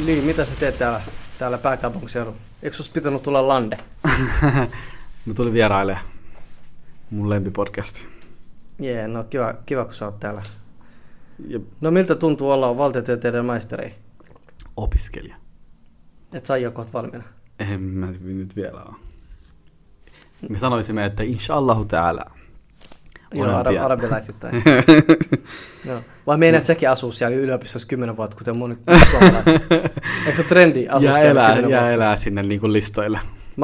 Niin, mitä sä teet täällä pääkaupunkiseudulla? Eikö susta pitänyt tulla lande? Mä tulin vierailemaan. Mun lempipodcasti. No kiva kun sä oot täällä. Ja No miltä tuntuu olla valtiotieteiden maisteri? opiskelija. Et sä joko oot valmiina? En mä nyt vielä ole. Me sanoisimme, että inshallahu täällä. Joo, arabilaisittain. No. Vai meinaat säkin asua siellä yliopistossa 10 vuotta, kuten mun suomalaiset? Eikö se trendi asua siellä 10 vuotta? Ja elää sinne niin kuin listoille.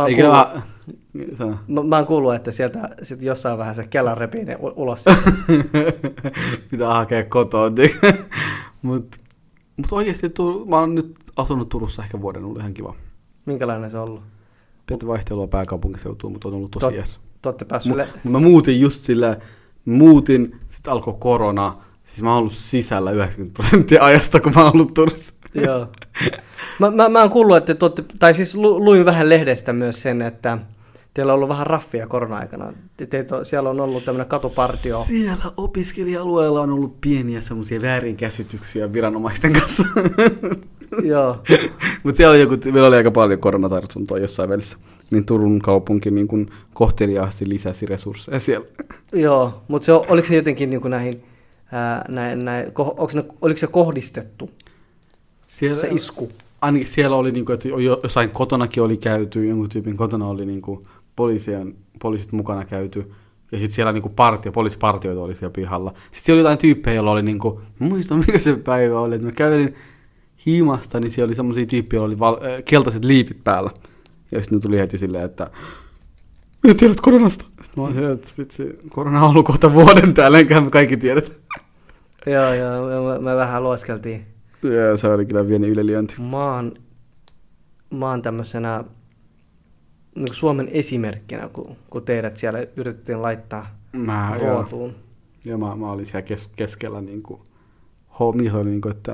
Mä oon kuullut, että sieltä jossain vähän se Kelan repii ne ulos. Pitää hakea kotoa. Mut oikeasti mä oon nyt asunut Turussa ehkä vuoden, ollut ihan kiva. Minkälainen se on ollut? Pientä vaihtelua pääkaupunkiseutuun, mutta on ollut tosi jees. Te päässyt Mä muutin just sillä, sitten alkoi korona. Siis mä oon ollut sisällä 90% ajasta, kun mä oon ollut Turussa. Joo. Mä oon kuullut, että luin vähän lehdestä myös sen, että teillä on ollut vähän raffia korona-aikana. Siellä on ollut tämmöinen katupartio. Siellä opiskelija-alueella on ollut pieniä semmoisia väärinkäsityksiä viranomaisten kanssa. Joo. Mutta meillä oli aika paljon koronatartuntoa jossain välissä. Niin Turun kaupunki niin kun kohteliaasti lisäsi resursseja siellä. Joo, mutta oliko se jotenkin niin kuin oliko se kohdistettu? Siellä, se isku? Ainakin siellä oli, niin kuin, että jossain kotonakin oli käyty, jonkun tyypin kotona oli niin kuin poliisit mukana käyty. Ja sitten siellä niin poliisipartioita oli siellä pihalla. Sitten siellä oli jotain tyyppejä, joilla oli, niin kuin, muistan mikä se päivä oli, että mä kävelin himasta, niin siellä oli semmoisia tyyppejä, joilla oli keltaiset liipit päällä. Ja sitten ne tuli heti silleen, että mitä tiedät koronasta? Sitten mä olin, että vitsi, korona on ollut kohta vuoden täällä, enköhän me kaikki tiedät. Joo, me vähän lueskeltiin. Joo, se oli kyllä pieni yleliönti. Mä oon tämmöisenä niin Suomen esimerkkinä, kun teidät siellä yritettiin laittaa ruotuun. Joo, mä olin siellä keskellä, niin kuin, se oli niin kuin, että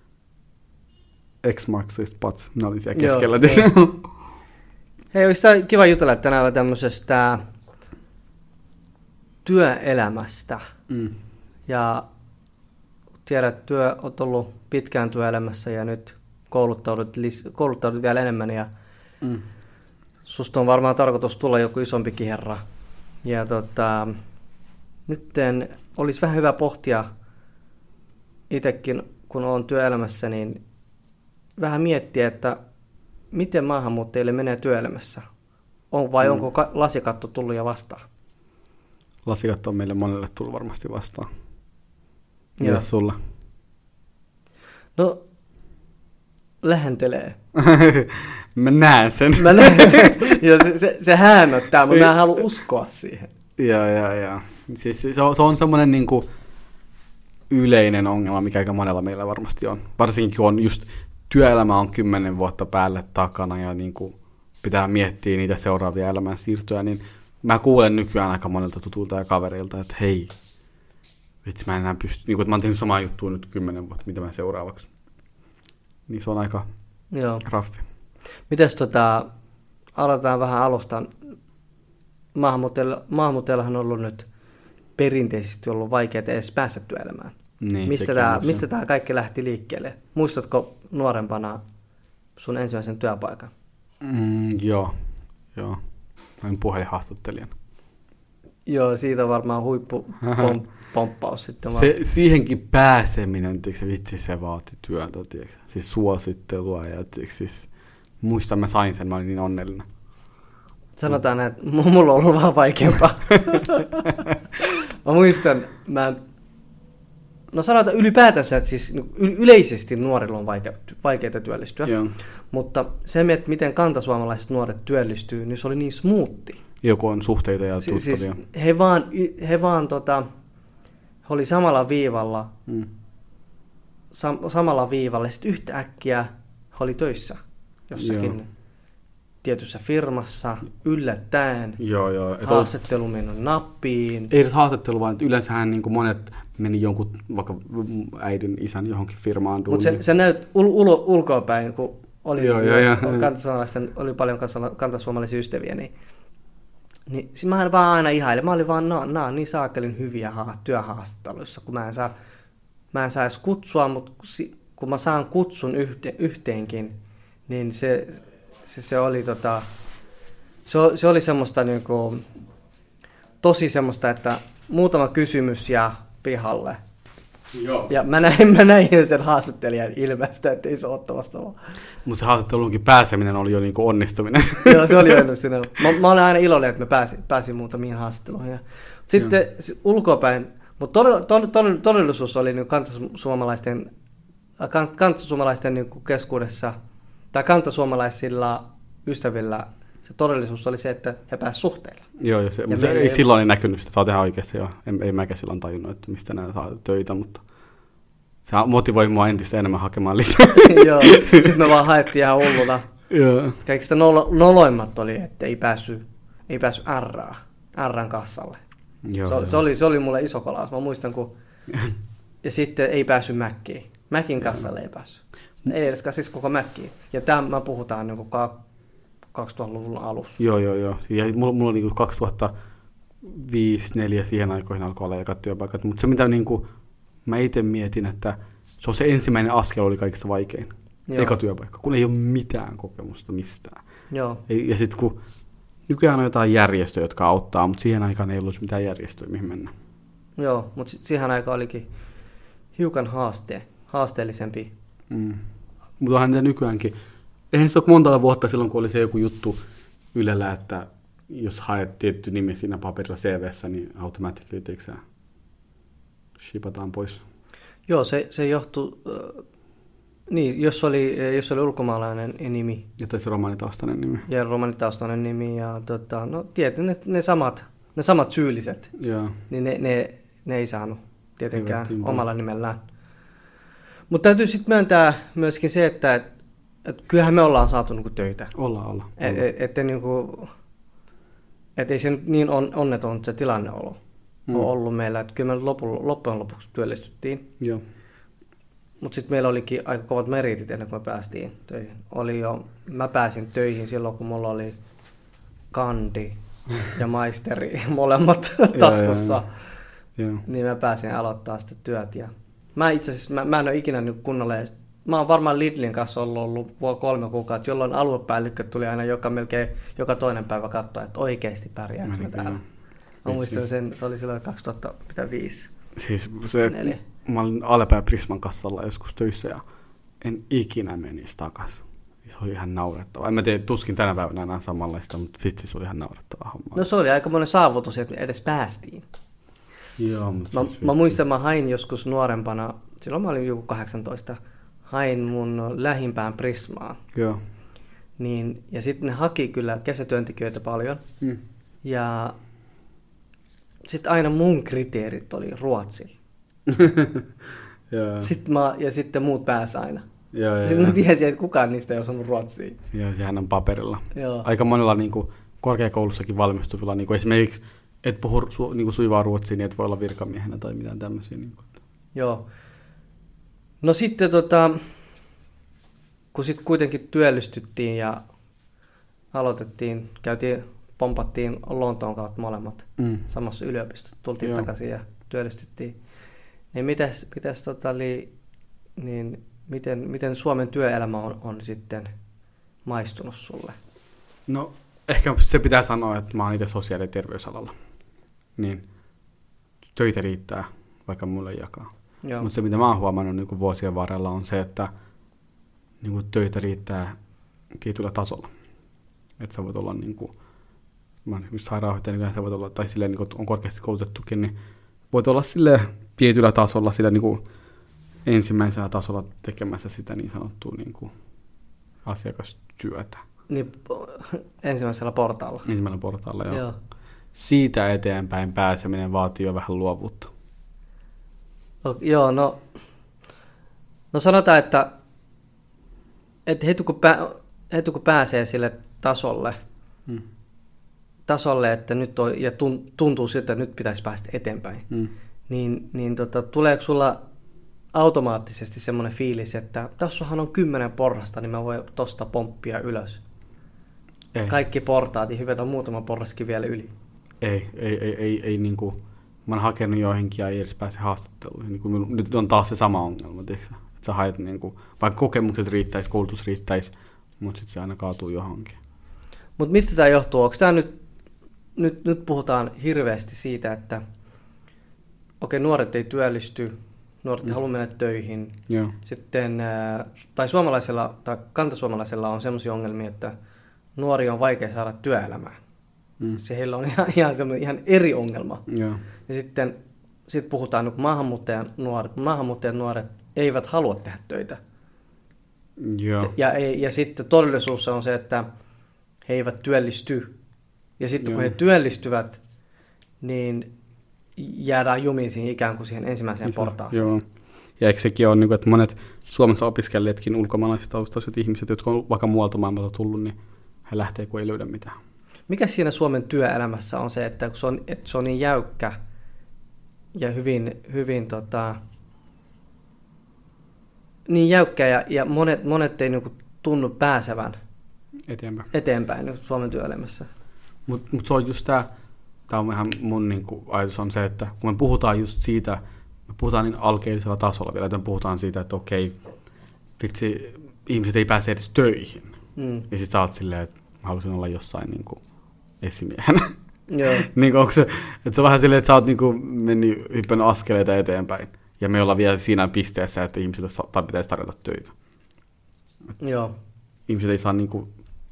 X-Marxist Pats, minä olin siellä keskellä. Hei, olisi kiva jutella tänään tämmöisestä työelämästä. Ja tiedät, että olet ollut pitkään työelämässä ja nyt kouluttaudut vielä enemmän. Ja susta on varmaan tarkoitus tulla joku isompikin herra. Ja nyt olisi vähän hyvä pohtia itsekin, kun olen työelämässä, niin vähän miettiä, että miten maahanmuuttajille menee työelämässä? Onko lasikatto tullut jo vastaan? Lasikatto on meille monelle tullut varmasti vastaan. Mitäs sulla? No, lähentelee. Mä näen sen. Ja se häämöttää, mutta mä en halua uskoa siihen. Joo. Siis se on semmoinen niinku yleinen ongelma, mikä aika monella meillä varmasti on. Varsinkin kun on just työelämä on 10 vuotta päälle takana ja niinku pitää miettiä niitä seuraavia elämän siirtoja, niin mä kuulen nykyään aika monelta tutulta ja kavereilta, että hei, vitsi mä en enää pysty, niin kuin, mä oon tehnyt samaa juttua nyt 10 vuotta, mitä mä seuraavaksi. Niin se on aika raffi. Mites aloitetaan vähän alusta. Maahanmuuttajillahan on ollut nyt perinteisesti ollut vaikeaa edes päästä työelämään. Niin, mistä tämä kaikki lähti liikkeelle? Muistatko nuorempana sun ensimmäisen työpaikan? Joo. Mä olin puhelinhaastattelijana. Joo, siitä varmaan huippupomppaus sitten. Siihenkin pääseminen, vitsi se vaati työtä, siis suosittelua ja siis muistan mä sain sen, mä olin niin onnellinen. Sanotaan, että mulla on ollut vähän vaikeampaa. Mä muistan, sanotaan ylipäätänsä, että siis yleisesti nuorilla on vaikeaa työllistyä, mutta se, miten kantasuomalaiset nuoret työllistyy, niin se oli niin smoothi. Joku on suhteita ja tuttavia. Siis he oli samalla viivalla, samalla viivalla, sitten yhtäkkiä he oli töissä jossakin tietyssä firmassa, yllättäen, haastattelu meni nappiin. Ei edes haastattelu, vaan yleensähän niin kuin monet meni jonkun vaikka äidin, isän johonkin firmaan duuniin. Mutta se näyt ulkoapäin, kun oli paljon kantasuomalaisia ystäviä, niin mä vaan aina ihailin. Mä olin vaan niin saakelin hyviä työhaastatteluissa, kun mä en saa edes kutsua, mutta kun mä saan kutsun yhteenkin, niin se oli se oli semmoista niinku, tosi semmoista, että muutama kysymys ja pihalle. Joo. Ja mä näin sen haastattelijan ilmeistä, että ei se ottamassa vaan. Mutta se haastattelunkin pääseminen oli jo niinku onnistuminen. Joo, se oli onnistuminen. Mä olen aina iloinen, että mä pääsin muutamiin haastatteluihin. Sitten ulkopäin, mutta todellisuus oli niin kantasuomalaisten niin keskuudessa, tai kantasuomalaisilla ystävillä, se todellisuus oli se, että he pääsivät suhteilla. Joo, mutta se ei silloin näkynyt sitä. Sä oot ihan oikeassa jo. Ei mäkään silloin tajunnut, että mistä nämä saa töitä, mutta se motivoi mua entistä enemmän hakemaan lisää. Joo, sitten me vaan haettiin ihan hulluna. Joo. Kaikista noloimmat oli, että ei päässyt R:n kassalle. Joo, se oli mulle iso kolaus. Mä muistan, kun... Ja sitten ei päässyt Mäkkiin. Mäkin kassalle ei päässyt. Ei edes siis koko Mäkkiin. Ja tämä puhutaan niin 2000-luvun alussa. Joo. Ja mulla oli niin 2005-2004 siihen aikoihin alkoi olla ekat työpaikat. Mutta se mitä niin kuin, mä itse mietin, että se on se ensimmäinen askel oli kaikista vaikein. Joo. Eka työpaikka, kun ei ole mitään kokemusta mistään. Joo. Ja sitten kun nykyään on jotain järjestöjä, jotka auttaa, mutta siihen aikaan ei ollut mitään järjestöjä, mihin mennä. Joo, mutta siihen aikaan olikin hiukan haasteellisempi. Mutta onhan niitä nykyäänkin. Eihän se ole monta vuotta silloin, kun oli se joku juttu Ylellä, että jos haet tietty nimi siinä paperilla CV:ssä, niin automatically shipataan pois. Joo, se johtuu... Niin, jos oli ulkomaalainen nimi. Ja tai se romanitaustainen nimi. Ja romanitaustainen nimi ja no tietysti ne samat syylliset. Joo. Niin ne ei saanut tietenkään omalla nimellään. Mutta täytyy sitten myöntää myöskin se, että kyllähän me ollaan saatu niinku töitä. Ollaan. Että ei se nyt niin onneton se tilanne on ollut meillä. Että kyllä me loppujen lopuksi työllistyttiin. Joo. Mutta sitten meillä olikin aika kovat meritit ennen kuin me päästiin töihin. Mä pääsin töihin silloin, kun mulla oli kandi ja maisteri molemmat taskussa. Joo. Niin mä pääsin aloittaa sitä työt. Ja mä itse asiassa, mä en ole ikinä niin kunnolla. Mä oon varmaan Lidlin kanssa ollut 3 kuukautta, jolloin aluepäällikkö tuli aina melkein joka toinen päivä katsoa, että oikeasti pärjääkö mä täällä. Mä muistan sen, se oli silloin 2005. Siis se, mä olin Alepää Prisman kassalla joskus töissä ja en ikinä menisi takaisin. Se oli ihan naurettavaa. En mä tiedä, tuskin tänä päivänä enää samanlaista, mutta vitsi, se oli ihan naurettavaa hommaa. No se oli aika monen saavutus, että me edes päästiin. Joo, mutta mä muistan, mä hain joskus nuorempana, silloin mä olin joku 18, hain mun lähimpään Prismaan. Joo. Niin, ja sitten ne haki kyllä kesätyöntekijöitä paljon. Ja sitten aina mun kriteerit oli Ruotsi. Ja sitten muut pääsi aina. Sitten mä tiesin, että kukaan niistä ei osannut ruotsia. Joo, sehän on paperilla. Joo. Aika monella niin kuin, korkeakoulussakin valmistuvilla, niin kuin esimerkiksi et puhu niin sujuvaa ruotsia, niin et voi olla virkamiehenä tai mitään tämmöisiä. Niin kuin. Joo. No sitten kun sitten kuitenkin työllistyttiin ja aloitettiin, pompattiin Lontoon kautta molemmat samassa yliopistossa, tultiin takaisin ja työllistyttiin. Niin miten Suomen työelämä on sitten maistunut sulle? No ehkä se pitää sanoa, että mä oon itse sosiaali- ja terveysalalla. Niin töitä riittää, vaikka mulle jakaa. Mutta se mitä mä oon huomannut niin kuin vuosien varrella on se, että niin kuin töitä riittää tietyllä tasolla. Että sä voit olla niin kuin, mä oon sairaanhoitaja, niin sä voit olla, tai silleen niin kuin on korkeasti koulutettukin, niin voit olla silleen tietyllä tasolla, sillä niin kuin ensimmäisellä tasolla tekemässä sitä niin sanottua niin kuin asiakastyötä. Niin, ensimmäisellä portaalla. Ensimmäisellä portaalla, joo. Siitä eteenpäin pääseminen vaatii jo vähän luovuutta. Joo, no sanotaan, että heti kun pääsee sille tasolle, että nyt on, ja tuntuu siltä, että nyt pitäisi päästä eteenpäin, niin tuleeko sulla automaattisesti semmoinen fiilis, että tossahan on 10 porrasta, niin mä voin tosta pomppia ylös. Ei. Kaikki portaat ja hypätä muutama porraskin vielä yli. Ei niin kuin, mä oon hakenut joihinkin ja ei edes pääse haastatteluihin. Niin kuin, nyt on taas se sama ongelma, tiiäksä? Että sä haet, niin kuin, vaikka kokemukset riittäisi, koulutus riittäisi, mutta sitten se aina kaatuu johonkin. Mutta mistä tämä johtuu? Onko tämä nyt puhutaan hirveästi siitä, että nuoret ei työllisty, nuoret ei halua mennä töihin. Joo. Sitten, tai suomalaisella tai kantasuomalaisella on sellaisia ongelmia, että nuori on vaikea saada työelämää. Se heillä on ihan eri ongelma. Joo. Ja sitten puhutaan, että maahanmuuttajat nuoret eivät halua tehdä töitä. Joo. Ja sitten todellisuus on se, että he eivät työllisty. Ja sitten kun he työllistyvät, niin jäädään jumiin siihen ikään kuin siihen ensimmäiseen portaaseen. Joo. Ja eikö sekin ole, että monet Suomessa opiskelijatkin ulkomaalaistaustaiset ihmiset, jotka on vaikka muualta maailmalta tullut, niin he lähtee, kun ei löydä mitään. Mikä siinä Suomen työelämässä on se, että se on niin jäykkä ja hyvin niin jäykkä ja monet ei niinku tunnu pääsevän eteenpäin Suomen työelämässä. Mutta se on just tämä on ihan mun niinku ajatus on se, että kun me puhutaan just siitä, me puhutaan niin alkeellisella tasolla vielä, että me puhutaan siitä, että okei, vitsi, ihmiset ei pääse edes töihin. Ja sit sä oot silleen, että halusin olla jossain niinku esimiehenä. Joo. Niinku onko se, että se on vähän silleen, että sä oot niinku hyppännyt askeleita eteenpäin. Ja me ollaan vielä siinä pisteessä, että ihmisille pitäisi tarjota töitä. Joo. Ihmiset ei saa niinku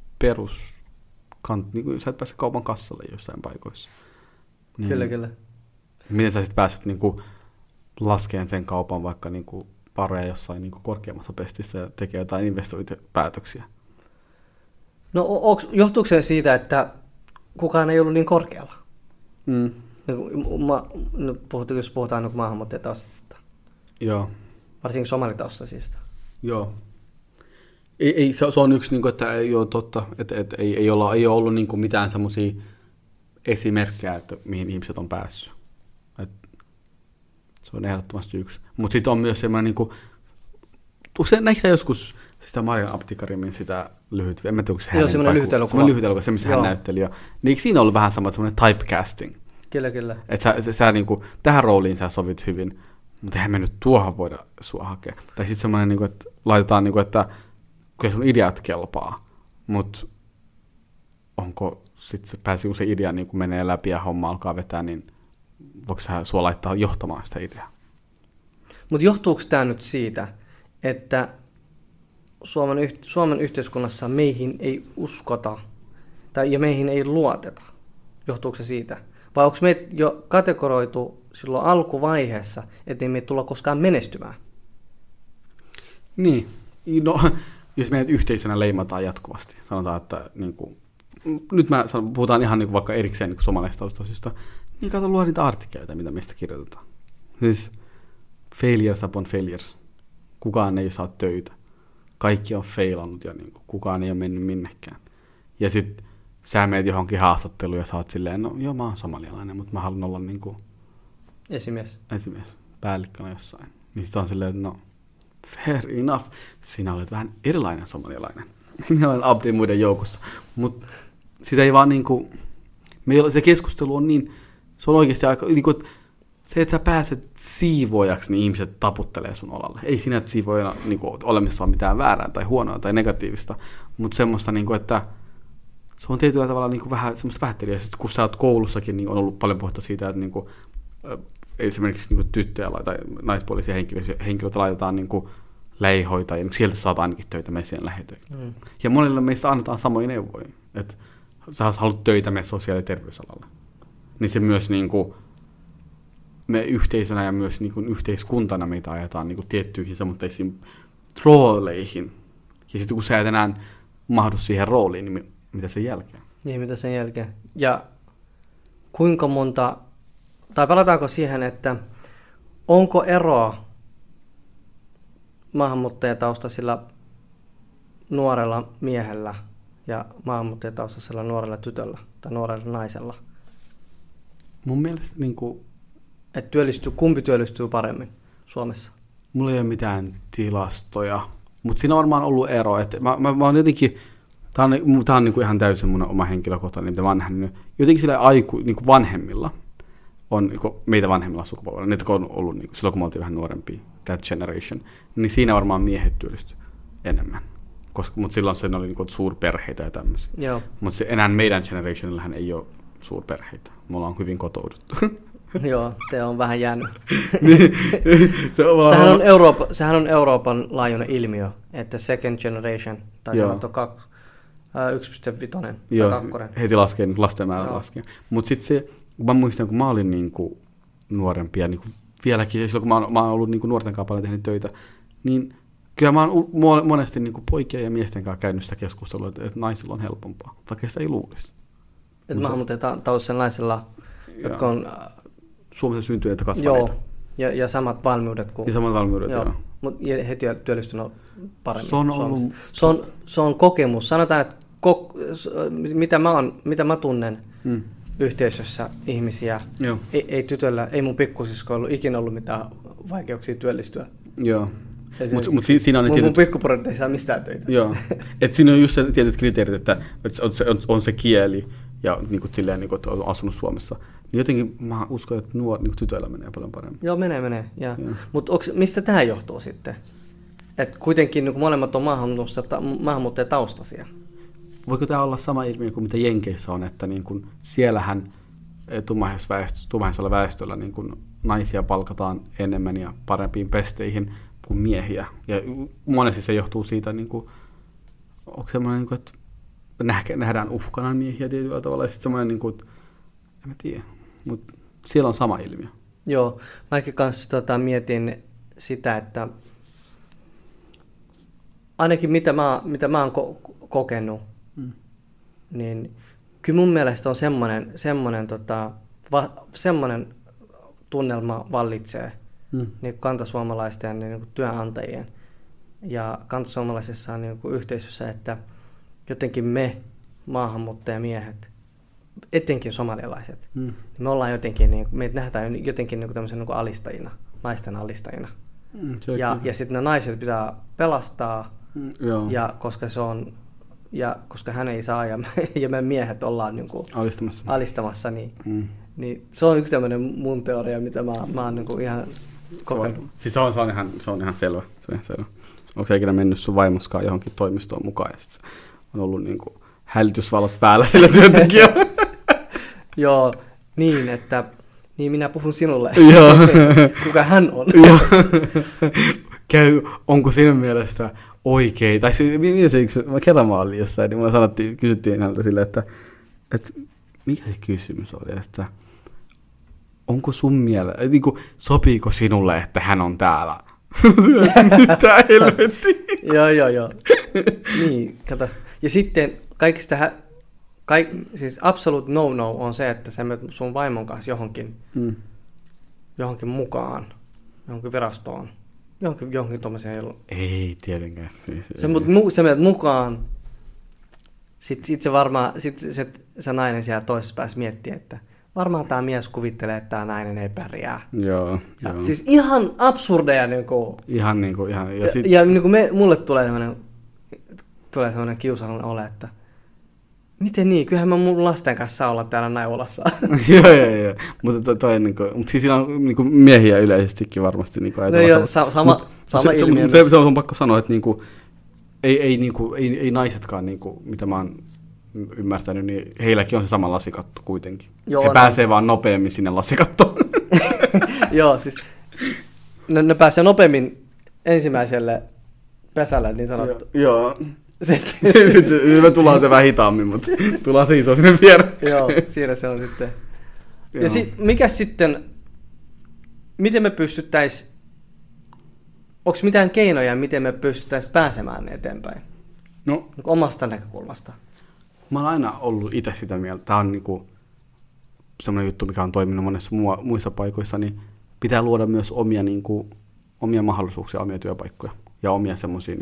niinku, sä et pääse kaupan kassalle jossain paikoissa. Niin, Kyllä. Miten sä sitten pääset niinku laskeen sen kaupan vaikka niinku pareja jossain niinku korkeammassa pestissä ja tekee jotain investointipäätöksiä? No johtuuko se siitä, että kukaan ei ollut niin korkealla? Jos puhutaan maahanmuuttajataustaisista. Joo. Varsinkin somalitaustasista. Joo. Ei, se on yksi, niin kuin, että ei ole totta, että ei ole ollut niin kuin mitään semmoisia esimerkkejä, että mihin ihmiset on päässyt. Se on ehdottomasti yksi. Mutta sitten on myös semmoinen, niin kuin, usein näistä joskus sitä Marian Abtikarimin sitä lyhyt, en mä tiedä, onko se hänen. Joo, semmoinen lyhyt elokuva. Semmoinen lyhyt elokuva, se missä hän näytteli jo. Niin eikö siinä ollut vähän semmoinen typecasting? Kyllä. Että sä niin kuin, tähän rooliin sä sovit hyvin, mutta eihän me nyt tuohon voida sua hakea. Tai sitten semmoinen, niin kuin, että laitetaan, niin kuin, että kyllä sun ideat kelpaa, mutta onko sitten se pääsi, kun se idea niin kun menee läpi ja homma alkaa vetää, niin voiko sua laittaa johtamaan sitä ideaa? Mutta johtuuko tämä nyt siitä, että Suomen yhteiskunnassa meihin ei uskota ja meihin ei luoteta? Johtuuko se siitä? Vai onko meitä jo kategoroitu silloin alkuvaiheessa, ettei meitä tulla koskaan menestymään? Niin, no jos meidät yhteisönä leimataan jatkuvasti, sanotaan, että niin kuin, nyt puhutaan ihan niin kuin vaikka erikseen niin somalaistaustaisista, niin kato luo niitä artikkeleita, mitä meistä kirjoitetaan. Siis failures upon failures. Kukaan ei saa töitä. Kaikki on failannut ja niin kuin, kukaan ei ole mennyt minnekään. Ja sitten sä menet johonkin haastatteluun ja sä oot silleen, no joo, mä oon somalialainen, mutta mä haluan olla niin kuin esimies, päällikkönä jossain. Niin sit on silleen, että no, fair enough. Sinä olet vähän erilainen somalialainen. Minä olen Abdin muiden joukossa. Mutta sitä ei vaan niinku, se keskustelu on niin, se on oikeasti aika, niinku, se, että sä pääset siivoojaksi, niin ihmiset taputtelee sun olalle. Ei siinä, että siivoojana niinku, olemassa on mitään väärää tai huonoa tai negatiivista, mutta semmoista, niinku, että se on tietyllä tavalla niinku, vähän semmoista vähättelyä. Kun sä oot koulussakin, niin on ollut paljon puhetta siitä, että niinku, esimerkiksi niin tyttöjä tai naispuolisia henkilöitä laitetaan niin lähihoitajia, niin sieltä saat ainakin töitä messien lähitöihin. Ja monille meistä annetaan samoja neuvoja, että sä haluat töitä mene sosiaali- ja terveysalalle. Niin se myös niin kuin, me yhteisönä ja myös niin kuin yhteiskuntana meitä ajetaan niin kuin tiettyihin semmoisiin rooleihin. Ja sitten kun sä et enää mahdu siihen rooliin, niin mitä sen jälkeen? Niin, mitä sen jälkeen. Ja kuinka monta, tai palataanko siihen, että onko eroa maahanmuuttajataustaisilla nuorella miehellä ja maahanmuuttajataustaisella nuorella tytöllä tai nuorella naisella? Mun mielestä niin kuin, että kumpi työllistyy paremmin Suomessa? Mulla ei ole mitään tilastoja, mutta siinä on varmaan ollut ero. Että mä oon jotenkin, tää on niin kuin ihan täysin mun oma henkilökohtainen, mitä mä oon nähnyt. Jotenkin sillä niin kuin vanhemmilla on, niin kuin meitä vanhemmilla sukupolvilla, niitä on ollut niin kuin, silloin kun me oltiin vähän nuorempia, that generation, niin siinä varmaan miehet työllistyi enemmän. Mutta silloin se oli niinku suurperheitä ja tämmöisiä. Mutta enää meidän generationillähän ei ole suurperheitä. Me ollaan hyvin kotouduttu. Joo, se on vähän jäänyt. Sehän on Euroopan laajuinen ilmiö, että second generation, tai sanottu 1.5 Joo, 2. heti laskee, lasten määrä laskee. Mutta sitten se, mä muistan, kun mä olin niinku nuorempi ja niinku vieläkin, silloin kun mä oon ollut niinku nuorten kanssa paljon tehnyt töitä, niin kyllä mä oon monesti niinku poikien ja miesten kanssa käynyt sitä keskustelua, että naisilla on helpompaa, vaikka sitä ei luulisi. Että maahanmuuttajataustaisilla naisilla, jotka on Suomessa syntyneitä kasvaneita. Joo, ja samat valmiudet kuin... Ja samat valmiudet, joo. Mutta he työllistyvät paremmin. Se on kokemus. Sanotaan, että mitä mä tunnen yhteisössä ihmisiä, ei tytöllä, ei mun pikkusisko ollut ikinä ollut mitään vaikeuksia työllistyä. Joo. Mut siinä on mun pikkuporit ei saa mistään töitä. Joo. Et siinä on just se tietyt kriteerit, että on se kieli ja niinku silleen, niinku, että on asunut Suomessa. Niin jotenkin mä uskon, että niinku tytöillä menee paljon paremmin. Joo, menee. Mutta mistä tämä johtuu sitten? Että kuitenkin niin molemmat on maahanmuuttajataustaisia. Voiko tämä olla sama ilmiö kuin mitä Jenkeissä on, että niin kun siellähän tummaisella väestöllä niin kun naisia palkataan enemmän ja parempiin pesteihin kuin miehiä. Ja monesti se johtuu siitä, niin kun, onko semmoinen, niin kun, että nähdään uhkana miehiä tietyllä tavalla, ja sitten semmoinen, niin kun, että en mä tiedä, mutta siellä on sama ilmiö. Joo, mäkin kanssa mietin sitä, että ainakin mitä mä oon kokenut, niin kyllä mun mielestä on semmoinen tunnelma vallitsee niin kantasuomalaisten ja niin työnantajien ja kantasuomalaisessa niin yhteisössä, että jotenkin me maahanmuuttajamiehet, etenkin somalialaiset, me ollaan jotenkin, meitä nähdään jotenkin niin tämmöisen niin alistajina, naisten alistajina. Ja sitten ne naiset pitää pelastaa, koska hän ei saa ja me miehet ollaan niin kuin alistamassa niin se on yksi tämmöinen mun teoria, mitä mä oon niin kuin ihan kokenut. Se on ihan selvä. Onko se ikinä mennyt sun vaimoskaan johonkin toimistoon mukaan ja sitten on ollut niin kuin hälytysvalot päällä sillä työntekijällä? Joo, niin minä puhun sinulle. Kuka hän on? Onko sinun mielestä oikein? Tai kerran mä olin jossain, niin mulla kysyttiin häneltä silleen, että mikä se kysymys oli, että onko sun mielestä, niin kuin, sopiiko sinulle, että hän on täällä? Mitä helvettiä? Joo. Niin, kato. Ja sitten kaikista siis absolute no on se, että sä menet sun vaimon kanssa johonkin mukaan, johonkin virastoon, johonkin tommoseen. Ei tietenkään. Sä menet mukaan, sit se nainen siellä toisessa päässä miettii, että varmaan tämä mies kuvittelee, että tämä nainen ei pärjää. Joo. Siis ihan absurdeja niinku. Ihan. Ja niinku mulle tulee semmoinen kiusallinen ole, että miten niin? Kyllähän mä mun lasten kanssa saa olla täällä neuvolassa. Joo. Mutta toi niinku, mutta siis siinä on niinku miehiä yleisestikin varmasti niinku ajatella. Sama ilmiö. Se on pakko sanoa, että niinku ei naisetkaan niinku, mitä mä oon ymmärtänyt, niin heilläkin on se sama lasikatto kuitenkin. Joo, he pääsee vaan nopeammin sinne lasikattoon. Joo, siis ne pääsee nopeammin ensimmäiselle pesälle, niin sanottu. Joo. Me tullaan se vähän hitaammin, mutta tullaan se iso sinne viereen. Joo, siinä se on sitten. Ja mikä sitten, miten me pystyttäisiin, onko mitään keinoja, miten me pystyttäisiin pääsemään eteenpäin? No, omasta näkökulmasta. Mä oon aina ollut itse sitä mieltä. Tämä on niinku semmoinen juttu, mikä on toiminut monessa muissa paikoissa, niin pitää luoda myös omia mahdollisuuksia, omia työpaikkoja ja omia semmoisia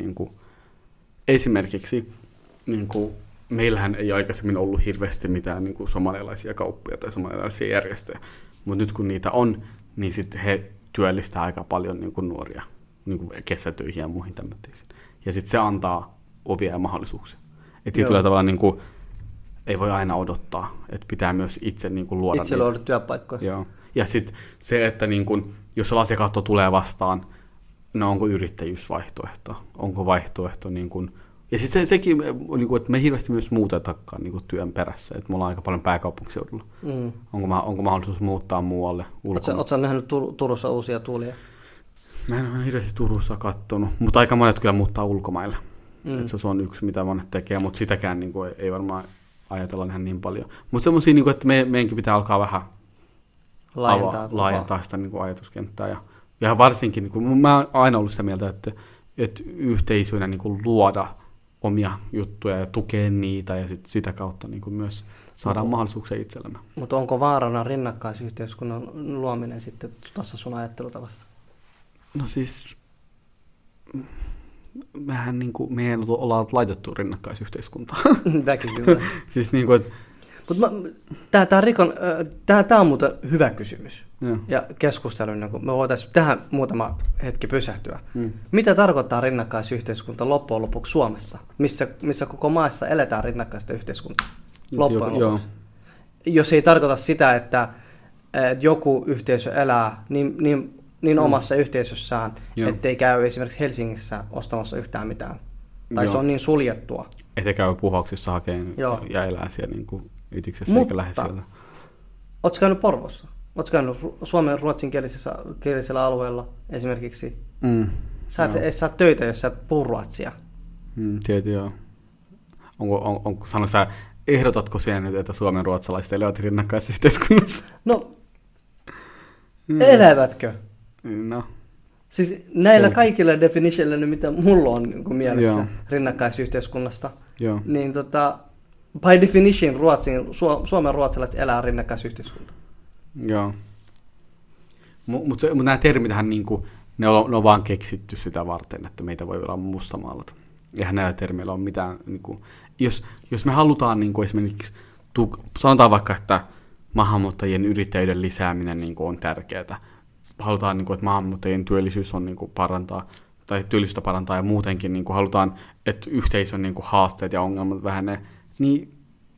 esimerkiksi meillähän ei aikaisemmin ollut hirveästi mitään somalialaisia kauppoja tai somalialaisia järjestöjä, mutta nyt kun niitä on, niin sitten he työllistää aika paljon nuoria kesätöihin ja muihin tämmöisiin. Ja sitten se antaa ovia ja mahdollisuuksia. Että tietyllä tavalla ei voi aina odottaa, että pitää myös itse luoda itse luoda työpaikkoja. Joo. Ja sitten se, että jos se lasikatto tulee vastaan, no onko yrittäjyys vaihtoehto? Onko vaihtoehto niin kuin, ja sitten sekin, niin kuin, että me hirveästi myös muutetakaan niin kuin työn perässä, että me ollaan aika paljon pääkaupunkiseudulla. Onko mahdollisuus muuttaa muualle ulkomaille? Oletko nähnyt Turussa uusia tuulia? Mä en ole hirveästi Turussa kattonut, mutta aika monet kyllä muuttaa ulkomaille. Että se on yksi, mitä monet tekee, mutta sitäkään niin kuin, ei varmaan ajatella ihan niin paljon. Mutta semmoisia, niin kuin, että meidänkin pitää alkaa vähän laajentaa sitä niin kuin ajatuskenttää. Ja varsinkin, niin kuin, mä oon aina ollut sitä mieltä, että yhteisöinä niin kuin luoda omia juttuja ja tukea niitä ja sitä kautta niin kuin myös saadaan mahdollisuuksia itsellemme. Mutta onko vaarana rinnakkaisyhteiskunnan luominen sitten tuossa sun ajattelutavassa? No siis, mehän niin kuin, meidän ollaan laitettu rinnakkaisyhteiskuntaan. Väkisintä. Siis niin kuin, Tämä on muuten hyvä kysymys. Ja keskustelu, kun me voitaisiin tähän muutama hetki pysähtyä. Mitä tarkoittaa rinnakkaisyhteiskunta loppujen lopuksi Suomessa, missä koko maassa eletään rinnakkaista yhteiskuntaa loppujen lopuksi? Jos ei tarkoita sitä, että joku yhteisö elää niin omassa yhteisössään, ettei käy esimerkiksi Helsingissä ostamassa yhtään mitään. Tai se on niin suljettua. Ettei käy puhauksissa hakeen ja elää siellä niin kuin itiksessä eikä lähde siellä. Oletko käynyt Porvoossa? Oletko käynyt suomen ruotsinkielisellä alueella esimerkiksi? Sä et saa töitä, jos sä et puhu ruotsia. Tietysti joo. Onko sanonut sä, ehdotatko siellä nyt, että suomen ruotsalaiset elävät rinnakkaisessa yhteiskunnassa? No, elävätkö? No. Siis näillä kaikilla definitionilla, mitä mulla on niin mielessä rinnakkaisyhteiskunnasta, niin by definition Suomen ruotsalaiset elää rinnakkaisyhteiskunta. Joo. Mutta nämä termithän, niinku, ne on vaan keksitty sitä varten, että meitä voi olla mustamaalata. Eihän näillä termeillä ole mitään. Niinku, jos me halutaan niinku, esimerkiksi, sanotaan vaikka, että maahanmuuttajien yrittäjyyden lisääminen niinku, on tärkeää. Halutaan, niinku, että maahanmuuttajien työllisyys on niinku, parantaa, tai työllisyyttä parantaa, ja muutenkin niinku, halutaan, että yhteisön niinku, haasteet ja ongelmat vähenee, niin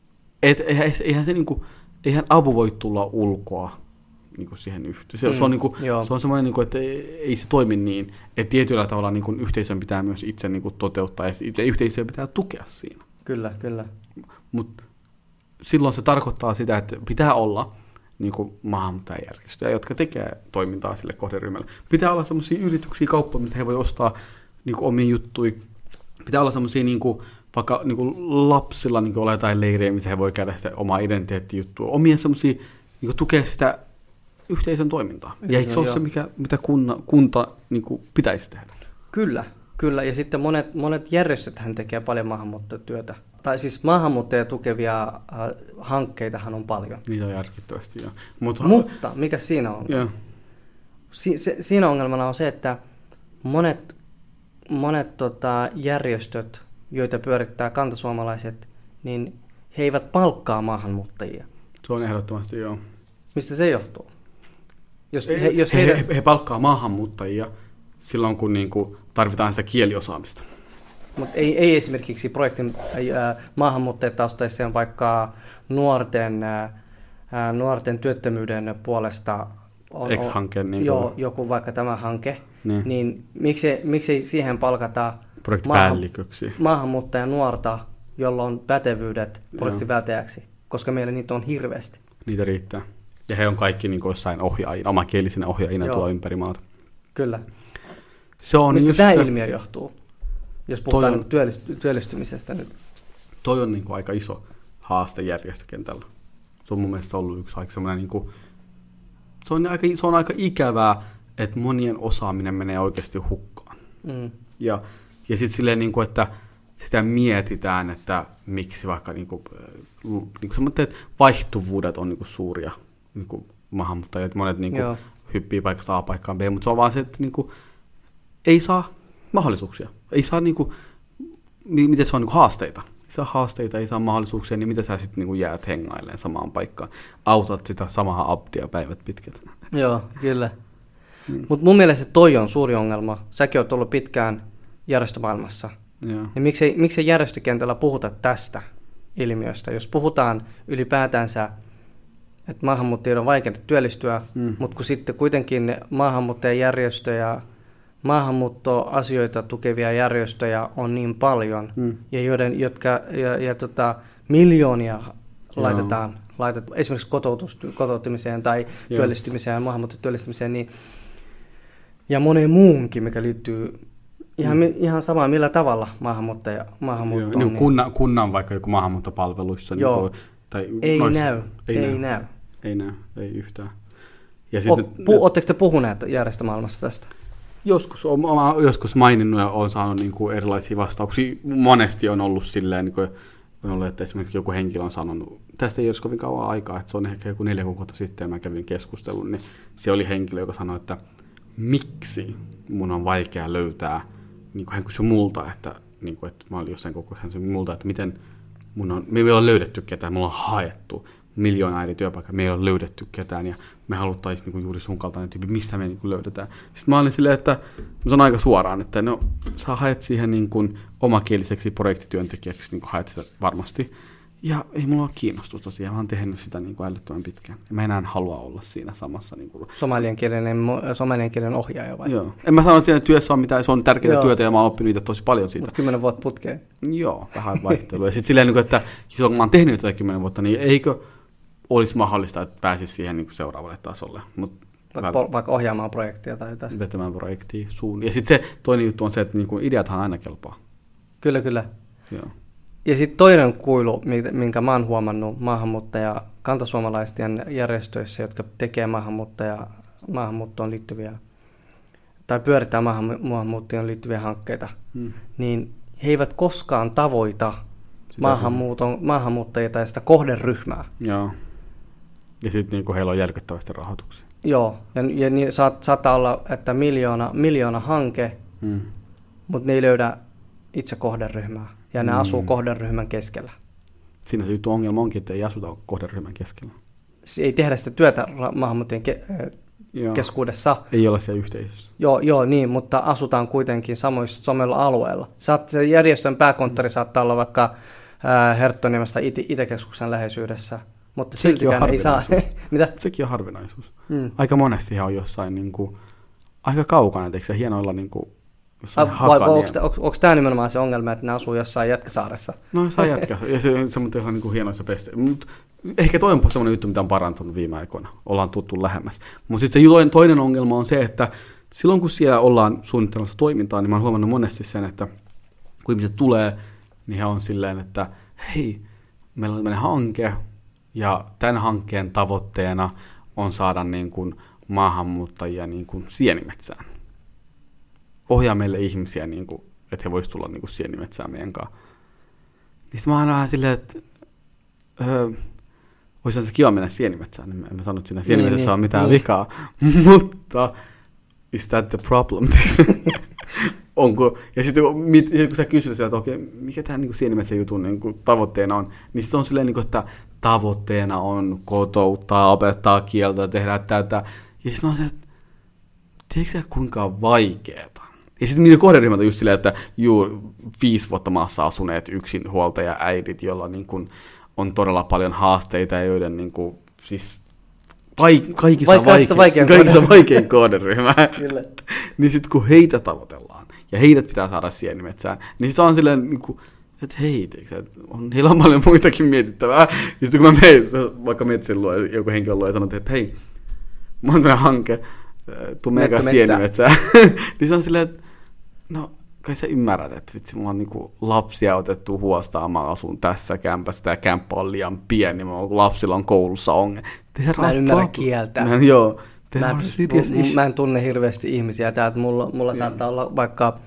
eihän apu voi tulla ulkoa niinku, siihen yhteisöön. Se on, niinku, se on semmoinen, niinku, että ei se toimi niin, että tietyllä tavalla niinku, yhteisön pitää myös itse niinku, toteuttaa, ja itse yhteisöä pitää tukea siinä. Kyllä. Mutta silloin se tarkoittaa sitä, että pitää olla niinku maahanmuuttajajärjestöjä, jotka tekee toimintaa sille kohderyhmälle. Pitää olla semmoisia yrityksiä, kauppoja, mistä he voi ostaa niinku omia juttuja. Pitää olla semmoisia, niinku, vaikka niinku lapsilla niinku olla jotain leirejä, missä he voi käydä sitä omaa identiteettijuttua. Omia semmoisia, niinku tukea sitä yhteisön toimintaa. Ja eikö se ole se, mitä kunta niinku pitäisi tehdä? Kyllä. Ja sitten monet järjestöthän tekee paljon maahanmuuttajatyötä. Tai siis maahanmuuttajia tukevia hankkeitahan on paljon. Niitä on järkittävästi, joo. Mutta mikä siinä on? Yeah. Siinä ongelmana on se, että monet järjestöt, joita pyörittää kantasuomalaiset, niin he eivät palkkaa maahanmuuttajia. Se on ehdottomasti, joo. Mistä se johtuu? He palkkaa maahanmuuttajia silloin, kun niinku tarvitaan sitä kieliosaamista. Mutta ei esimerkiksi projektin maahanmuuttajataustaisten vaikka nuorten työttömyyden puolesta on X-hanke. Joku vaikka tämä hanke, niin miksei siihen palkata maahanmuuttajan nuorta, jolla on pätevyydet projektivälittäjäksi, koska meillä niitä on hirveästi. Niitä riittää. Ja he on kaikki niin jossain ohjaajina, omakielisinä ohjaajina tuolla ympäri maata. Kyllä. Mistä tämä ilmiö johtuu? Jos puhutaan työllistymisestä nyt. Toi on niin kuin aika iso haaste järjestökentällä. Se on mun mielestä ollut yksi aika semmoinen, niin kuin, se on aika ikävää, että monien osaaminen menee oikeasti hukkaan. Ja sitten silleen, niin kuin, että sitä mietitään, että miksi vaikka niin kuin että vaihtuvuudet on niin kuin suuria niin kuin maahanmuuttajat. Monet niin kuin hyppii paikasta A paikkaan B, mutta se on vaan se, että niin kuin, ei saa mahdollisuuksia. Ei saa niinku, miten se on niinku haasteita. Ei saa haasteita, ei saa mahdollisuuksia, niin mitä sä sitten niinku jäät hengailleen samaan paikkaan. Autat sitä samaa abdia päivät pitkät. Joo, kyllä. Mutta mun mielestä toi on suuri ongelma. Säkin oot ollut pitkään järjestömaailmassa. Niin miksei järjestökentällä puhuta tästä ilmiöstä? Jos puhutaan ylipäätänsä, että maahanmuuttajien on vaikeaa työllistyä, mutta kun sitten kuitenkin maahanmuuttajajärjestö ja maahanmuuttoasioita tukevia järjestöjä on niin paljon, ja miljoonia laitetaan esimerkiksi kotoutumiseen tai työllistymiseen, maahanmuuttotyöllistymiseen, niin, ja moneen muuhunkin, mikä liittyy ihan samaan millä tavalla maahanmuuttoon. Niin kunnan vaikka joku maahanmuuttopalveluissa. Joo. Ei näy. Ei yhtään. Oletteko te puhuneet järjestömaailmassa tästä? Joskus olen joskus maininnut ja olen saanut niin kuin erilaisia vastauksia. Monesti on ollut silleen, niin kuin, on ollut, että esimerkiksi joku henkilö on sanonut, tästä ei olisi kovin kauan aikaa, että se on ehkä joku 4 kuukautta sitten, ja mä kävin keskustelun, niin se oli henkilö, joka sanoi, että miksi mun on vaikea löytää, niin kuin hän kysyi multa, että mä olin jossain koko hän kysyi multa, että miten me ei ole löydetty ketään, mulla on haettu 1,000,000 eri työpaikkaa, me ei ole löydetty ketään, ja me haluttaisiin niin juuri sun kaltainen tyyppi, missä me niin löydetään. Sitten mä olin silleen, että se on aika suoraan, että no sä haet siihen niin kuin omakieliseksi projektityöntekijäksi, niin kuin haet sitä varmasti, ja ei mulla ole kiinnostusta siihen, mä oon tehnyt sitä niin kuin älyttömän pitkään. Ja mä enää halua olla siinä samassa. Niin kuin somaliankielinen ohjaaja vai? Joo. En mä sano, että siinä työssä on mitään, se on tärkeää työtä ja mä oon oppinut itse tosi paljon siitä. Mutta 10 vuotta putkeen. Joo, vähän vaihtelua. Ja sitten silleen, että jos mä oon tehnyt tätä 10 vuotta, niin eikö olisi mahdollista, että pääsisi siihen niin kuin seuraavalle tasolle. Vaikka ohjaamaan projektia tai jotain. Vetämään projektia suun. Ja sitten se toinen juttu on se, että niin kuin ideathan aina kelpaa. Kyllä. Joo. Ja sitten toinen kuilu, minkä mä oon huomannut kantasuomalaisten järjestöissä, jotka tekee maahanmuuttoon liittyviä tai pyörittää maahanmuuttoon liittyviä hankkeita, niin he eivät koskaan tavoita maahanmuuttajia tai sitä kohderyhmää. Joo. Ja sitten niin heillä on järkyttävästi rahoituksia. Joo, ja niin saattaa olla, että miljoona hanke, mutta ne ei löydä itse kohderyhmää. Ja ne asuu kohderyhmän keskellä. Siinä se ongelma onkin, että ei asuta kohderyhmän keskellä. Ei tehdä sitä työtä maahanmuuttajien keskuudessa. Ei olla siellä yhteisössä. Joo, niin, mutta asutaan kuitenkin samalla alueella. Se järjestön pääkonttori saattaa olla vaikka Herttoniemestä IT-keskuksen läheisyydessä, mutta siltikään ei saa. Mitä? Sekin on harvinaisuus. Aika monesti on jossain niin kuin, aika kaukana, eikö se hienoilla niin kuin, onko tämä nimenomaan se ongelma, että ne asuu jossain Jätkäsaaressa? No, saa Jätkäsaaressa. Ja se on ihan niin hienoissa pesteissä. Ehkä toi on semmoinen juttu, mitä on parantunut viime aikoina. Ollaan tuttu lähemmäs. Mutta sitten se toinen ongelma on se, että silloin kun siellä ollaan suunnittelemassa toimintaa, niin mä oon huomannut monesti sen, että kun ihmiset tulee, niin he on silleen, että hei, meillä on tämmöinen hanke, ja tämän hankkeen tavoitteena on saada niin kuin maahanmuuttajia niin kuin sienimetsään. Ohjaa meille ihmisiä, niin kuin, että he voisivat tulla niin kuin sienimetsään meidän kanssa. Niin sitten mä oon vähän silleen, että olisi se kiva mennä sienimetsään. En mä sano, että siinä sienimetsässä on mitään vikaa. Mutta is that the problem? Onko? Ja sitten kun sä kysyt sieltä, että okei, mikä tämä niin sienimetsän jutun niin tavoitteena on, niin sitten on silleen, niin kuin, että tavoitteena on kotouttaa, opettaa kieltä, tehdä tätä. Ja sitten on se, että tiedätkö sä kuinka vaikeeta? Ja sitten niiden kohderyhmät on just silleen, että 5 vuotta maassa asuneet yksinhuoltaja-äidit, joilla niin kuin on todella paljon haasteita ja joiden niin kuin, siis kaikista vaikein kohderyhmä. Niin sitten kun heitä tavoitellaan ja heidät pitää saada sienimetsään, niin se on silleen, niin kuin, että hei, heillä on paljon muitakin mietittävää. Ja sitten kun mä menen, vaikka metsin luo, joku henkilö luo ja sanoo, että hei, mä oon tämmöinen hanke, tuu meidän sienimetsään. Niin se on silleen, että no kai sä ymmärrät, että vitsi, mulla on niinku lapsia otettu huostaan, mä asun tässä kämpässä, tää kämppä on liian pieni, lapsilla on koulussa ongelma. Mä en ymmärrä kieltä. Mä en tunne hirveästi ihmisiä täältä, mulla saattaa olla vaikka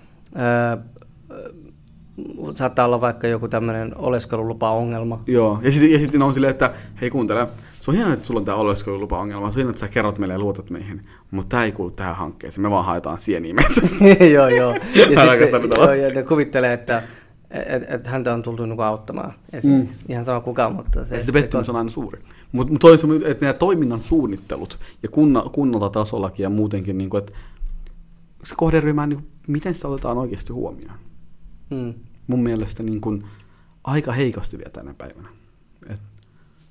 joku tämmöinen oleskelulupa-ongelma. Joo, ja sitten on silleen, että hei kuuntele, se on hienoa, että sulla on tämä oleskelulupa-ongelma, se on hienoa, että sä kerrot meille ja luotat meihin, mutta tämä ei kuulu tähän hankkeeseen, me vaan haetaan sieniä metsästä. Joo. Ja ne kuvittelee, että häntä on tultu niinku auttamaan. Ihan sama kukaan, mutta se pettymys on aina suuri. Mutta toisaalta, että nämä toiminnan suunnittelut ja kunnalta tasollakin ja muutenkin, niin kuin, että se kohderyhmä, niin miten sitä otetaan oikeasti huomioon? Mun mielestä niin kuin aika heikosti vielä tänä päivänä. Et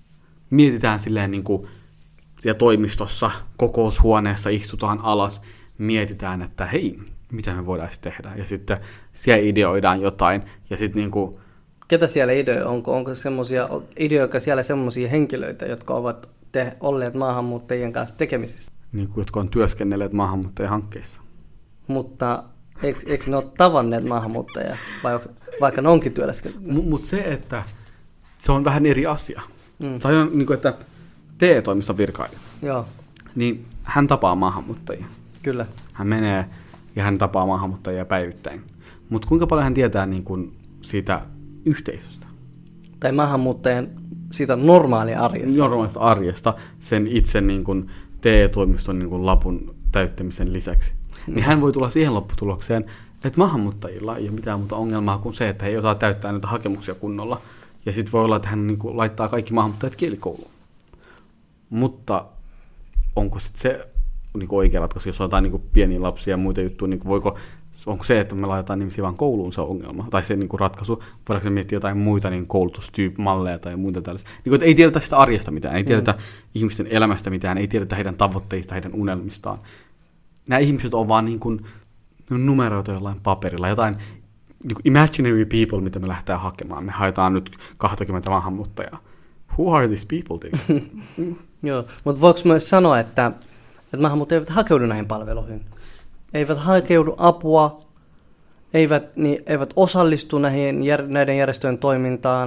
mietitään silleen niin kuin siellä toimistossa, kokoushuoneessa istutaan alas, mietitään, että hei, mitä me voidaan tehdä. Ja sitten siellä ideoidaan jotain. Ja sitten niinku... Ketä siellä ideoi? Onko semmoisia, ideoiko siellä semmoisia henkilöitä, jotka ovat olleet maahanmuuttajien kanssa tekemisissä? Niin kuin, jotka on työskennelleet maahanmuuttajahankkeissa. Mutta eikö ne ole tavanneet maahanmuuttajia, vaikka ne onkin työskennelleet? Mutta se, että se on vähän eri asia. Tai on niin kuin, että TE-toimiston virkailija. Joo. Niin hän tapaa maahanmuuttajia. Kyllä. Hän menee ja hän tapaa maahanmuuttajia päivittäin. Mutta kuinka paljon hän tietää niin kuin siitä yhteisöstä? Tai maahanmuuttajan siitä normaalista arjesta sen itse niin kuin TE-toimiston niin kuin lapun täyttämisen lisäksi. Niin hän voi tulla siihen lopputulokseen, että maahanmuuttajilla ei ole mitään muuta ongelmaa kuin se, että he ei osaa täyttää näitä hakemuksia kunnolla. Ja sitten voi olla, että hän niin kuin laittaa kaikki maahanmuuttajat kielikouluun. Mutta onko sitten se niin kuin oikea ratkaisu, jos on jotain niin kuin pieniä lapsia ja muita juttuja, niin onko se, että me laitetaan ihmisiä vaan kouluun, se ongelma? Tai se niin kuin ratkaisu, voidaanko miettiä jotain muita niin koulutustyyppimalleja tai muita tällaisia. Niin että ei tiedetä sitä arjesta mitään, ei tiedetä ihmisten elämästä mitään, ei tiedetä heidän tavoitteista, heidän unelmistaan. Nämä ihmiset on vaan niin kuin numeroita jollain paperilla, jotain niin kuin imaginary people, mitä me lähdetään hakemaan. Me haetaan nyt 20 maahanmuuttajaa. Who are these people? Joo, mutta voiko myös sanoa, että maahanmuuttajat eivät hakeudu näihin palveluihin? Eivät hakeudu apua, eivät osallistu näiden järjestöjen toimintaan,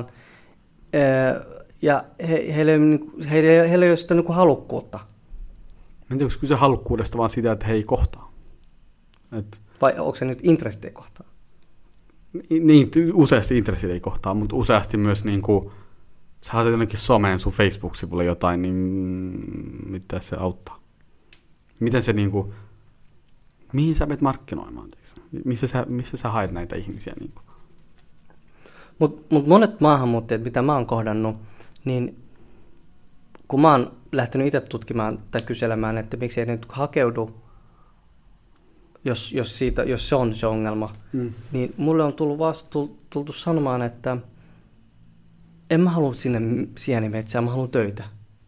ja heillä ei ole sitä niin halukkuutta. En tiedä, onko kyse halukkuudesta, vaan siitä, että he ei kohtaa. Vai onko se nyt intressit ei kohtaa? Niin, useasti intressit ei kohtaa, mutta useasti myös niin kuin, sä laitat jonnekin someen sun Facebook-sivulle jotain, niin mitä se auttaa? Miten se niin kuin, mihin sä menet markkinoimaan? Missä sä haet näitä ihmisiä? Niin Mut monet maahanmuuttajat, mitä mä oon kohdannut, niin kun mä oon lähtenyt itse tutkimaan tai kyselemään, että miksi ei nyt hakeudu, jos se on se ongelma, niin mulle on tultu sanomaan, että en mä halua sinne sienimetsään, mä haluan töitä.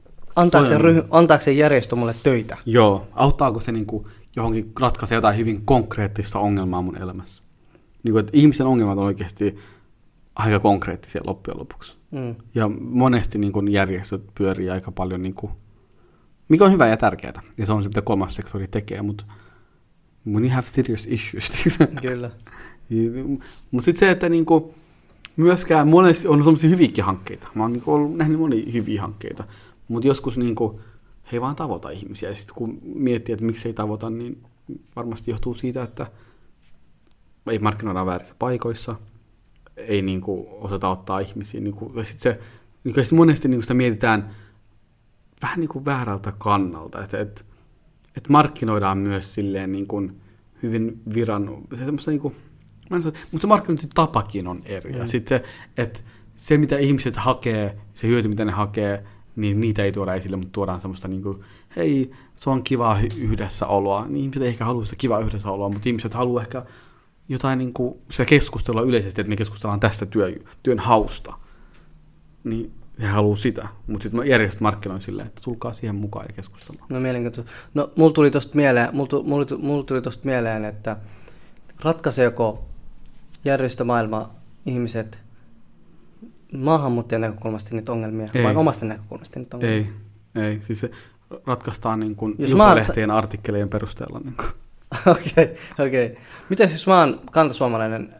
Antaako se järjestö mulle töitä? Joo, auttaako se niinku johonkin ratkaisee jotain hyvin konkreettista ongelmaa mun elämässä? Niin kuin, että ihmisen ongelmat on oikeasti aika konkreettisia loppujen lopuksi. Ja monesti niin kuin järjestöt pyörii aika paljon, niin kuin, mikä on hyvä ja tärkeää. Ja se on se, mitä kolmas sektori tekee, mutta when you have serious issues. Kyllä. Mutta sitten se, että niin kuin, myöskään monesti on sellaisia hyviäkin hankkeita. Mä oon niin kuin, nähnyt monia hyviä hankkeita, mutta joskus niin kuin, he ei vaan tavoita ihmisiä. Ja sitten kun miettii, että miksi ei tavoita, niin varmasti johtuu siitä, että ei markkinoida väärissä paikoissa, ei niin kuin osata ottaa ihmisiä. Niin kuin, ja sitten se, niin kuin, monesti niin kuin sitä mietitään vähän niin kuin väärältä kannalta. Että markkinoidaan myös silleen niin kuin hyvin niin kuin, mutta se markkinointitapakin on eri. Ja sitten se, että se, mitä ihmiset hakee, se hyöty, mitä ne hakee, niin niitä ei tuoda esille, mutta tuodaan semmoista niin kuin, hei, se on kivaa yhdessäoloa. Niin ihmiset ei ehkä halua sitä kivaa yhdessäoloa, mutta ihmiset haluaa ehkä jotain niin kuin, sitä keskustelua yleisesti, että me keskustellaan tästä työn hausta. Niin he haluaa sitä, mutta sitten järjestöt markkinoin silleen, että tulkaa siihen mukaan ja keskustellaan. No mielenkiintoista. No mulla tuli tosta mieleen, että ratkaiseeko järjestömaailma ihmiset maahanmuuttajan näkökulmasta niitä ongelmia, vai omasta näkökulmasta niitä ongelmia? Ei. Siis se ratkaistaan niin kuin Iltalehtien artikkeleiden perusteella. Niin Okei. Mites jos mä oon kantasuomalainen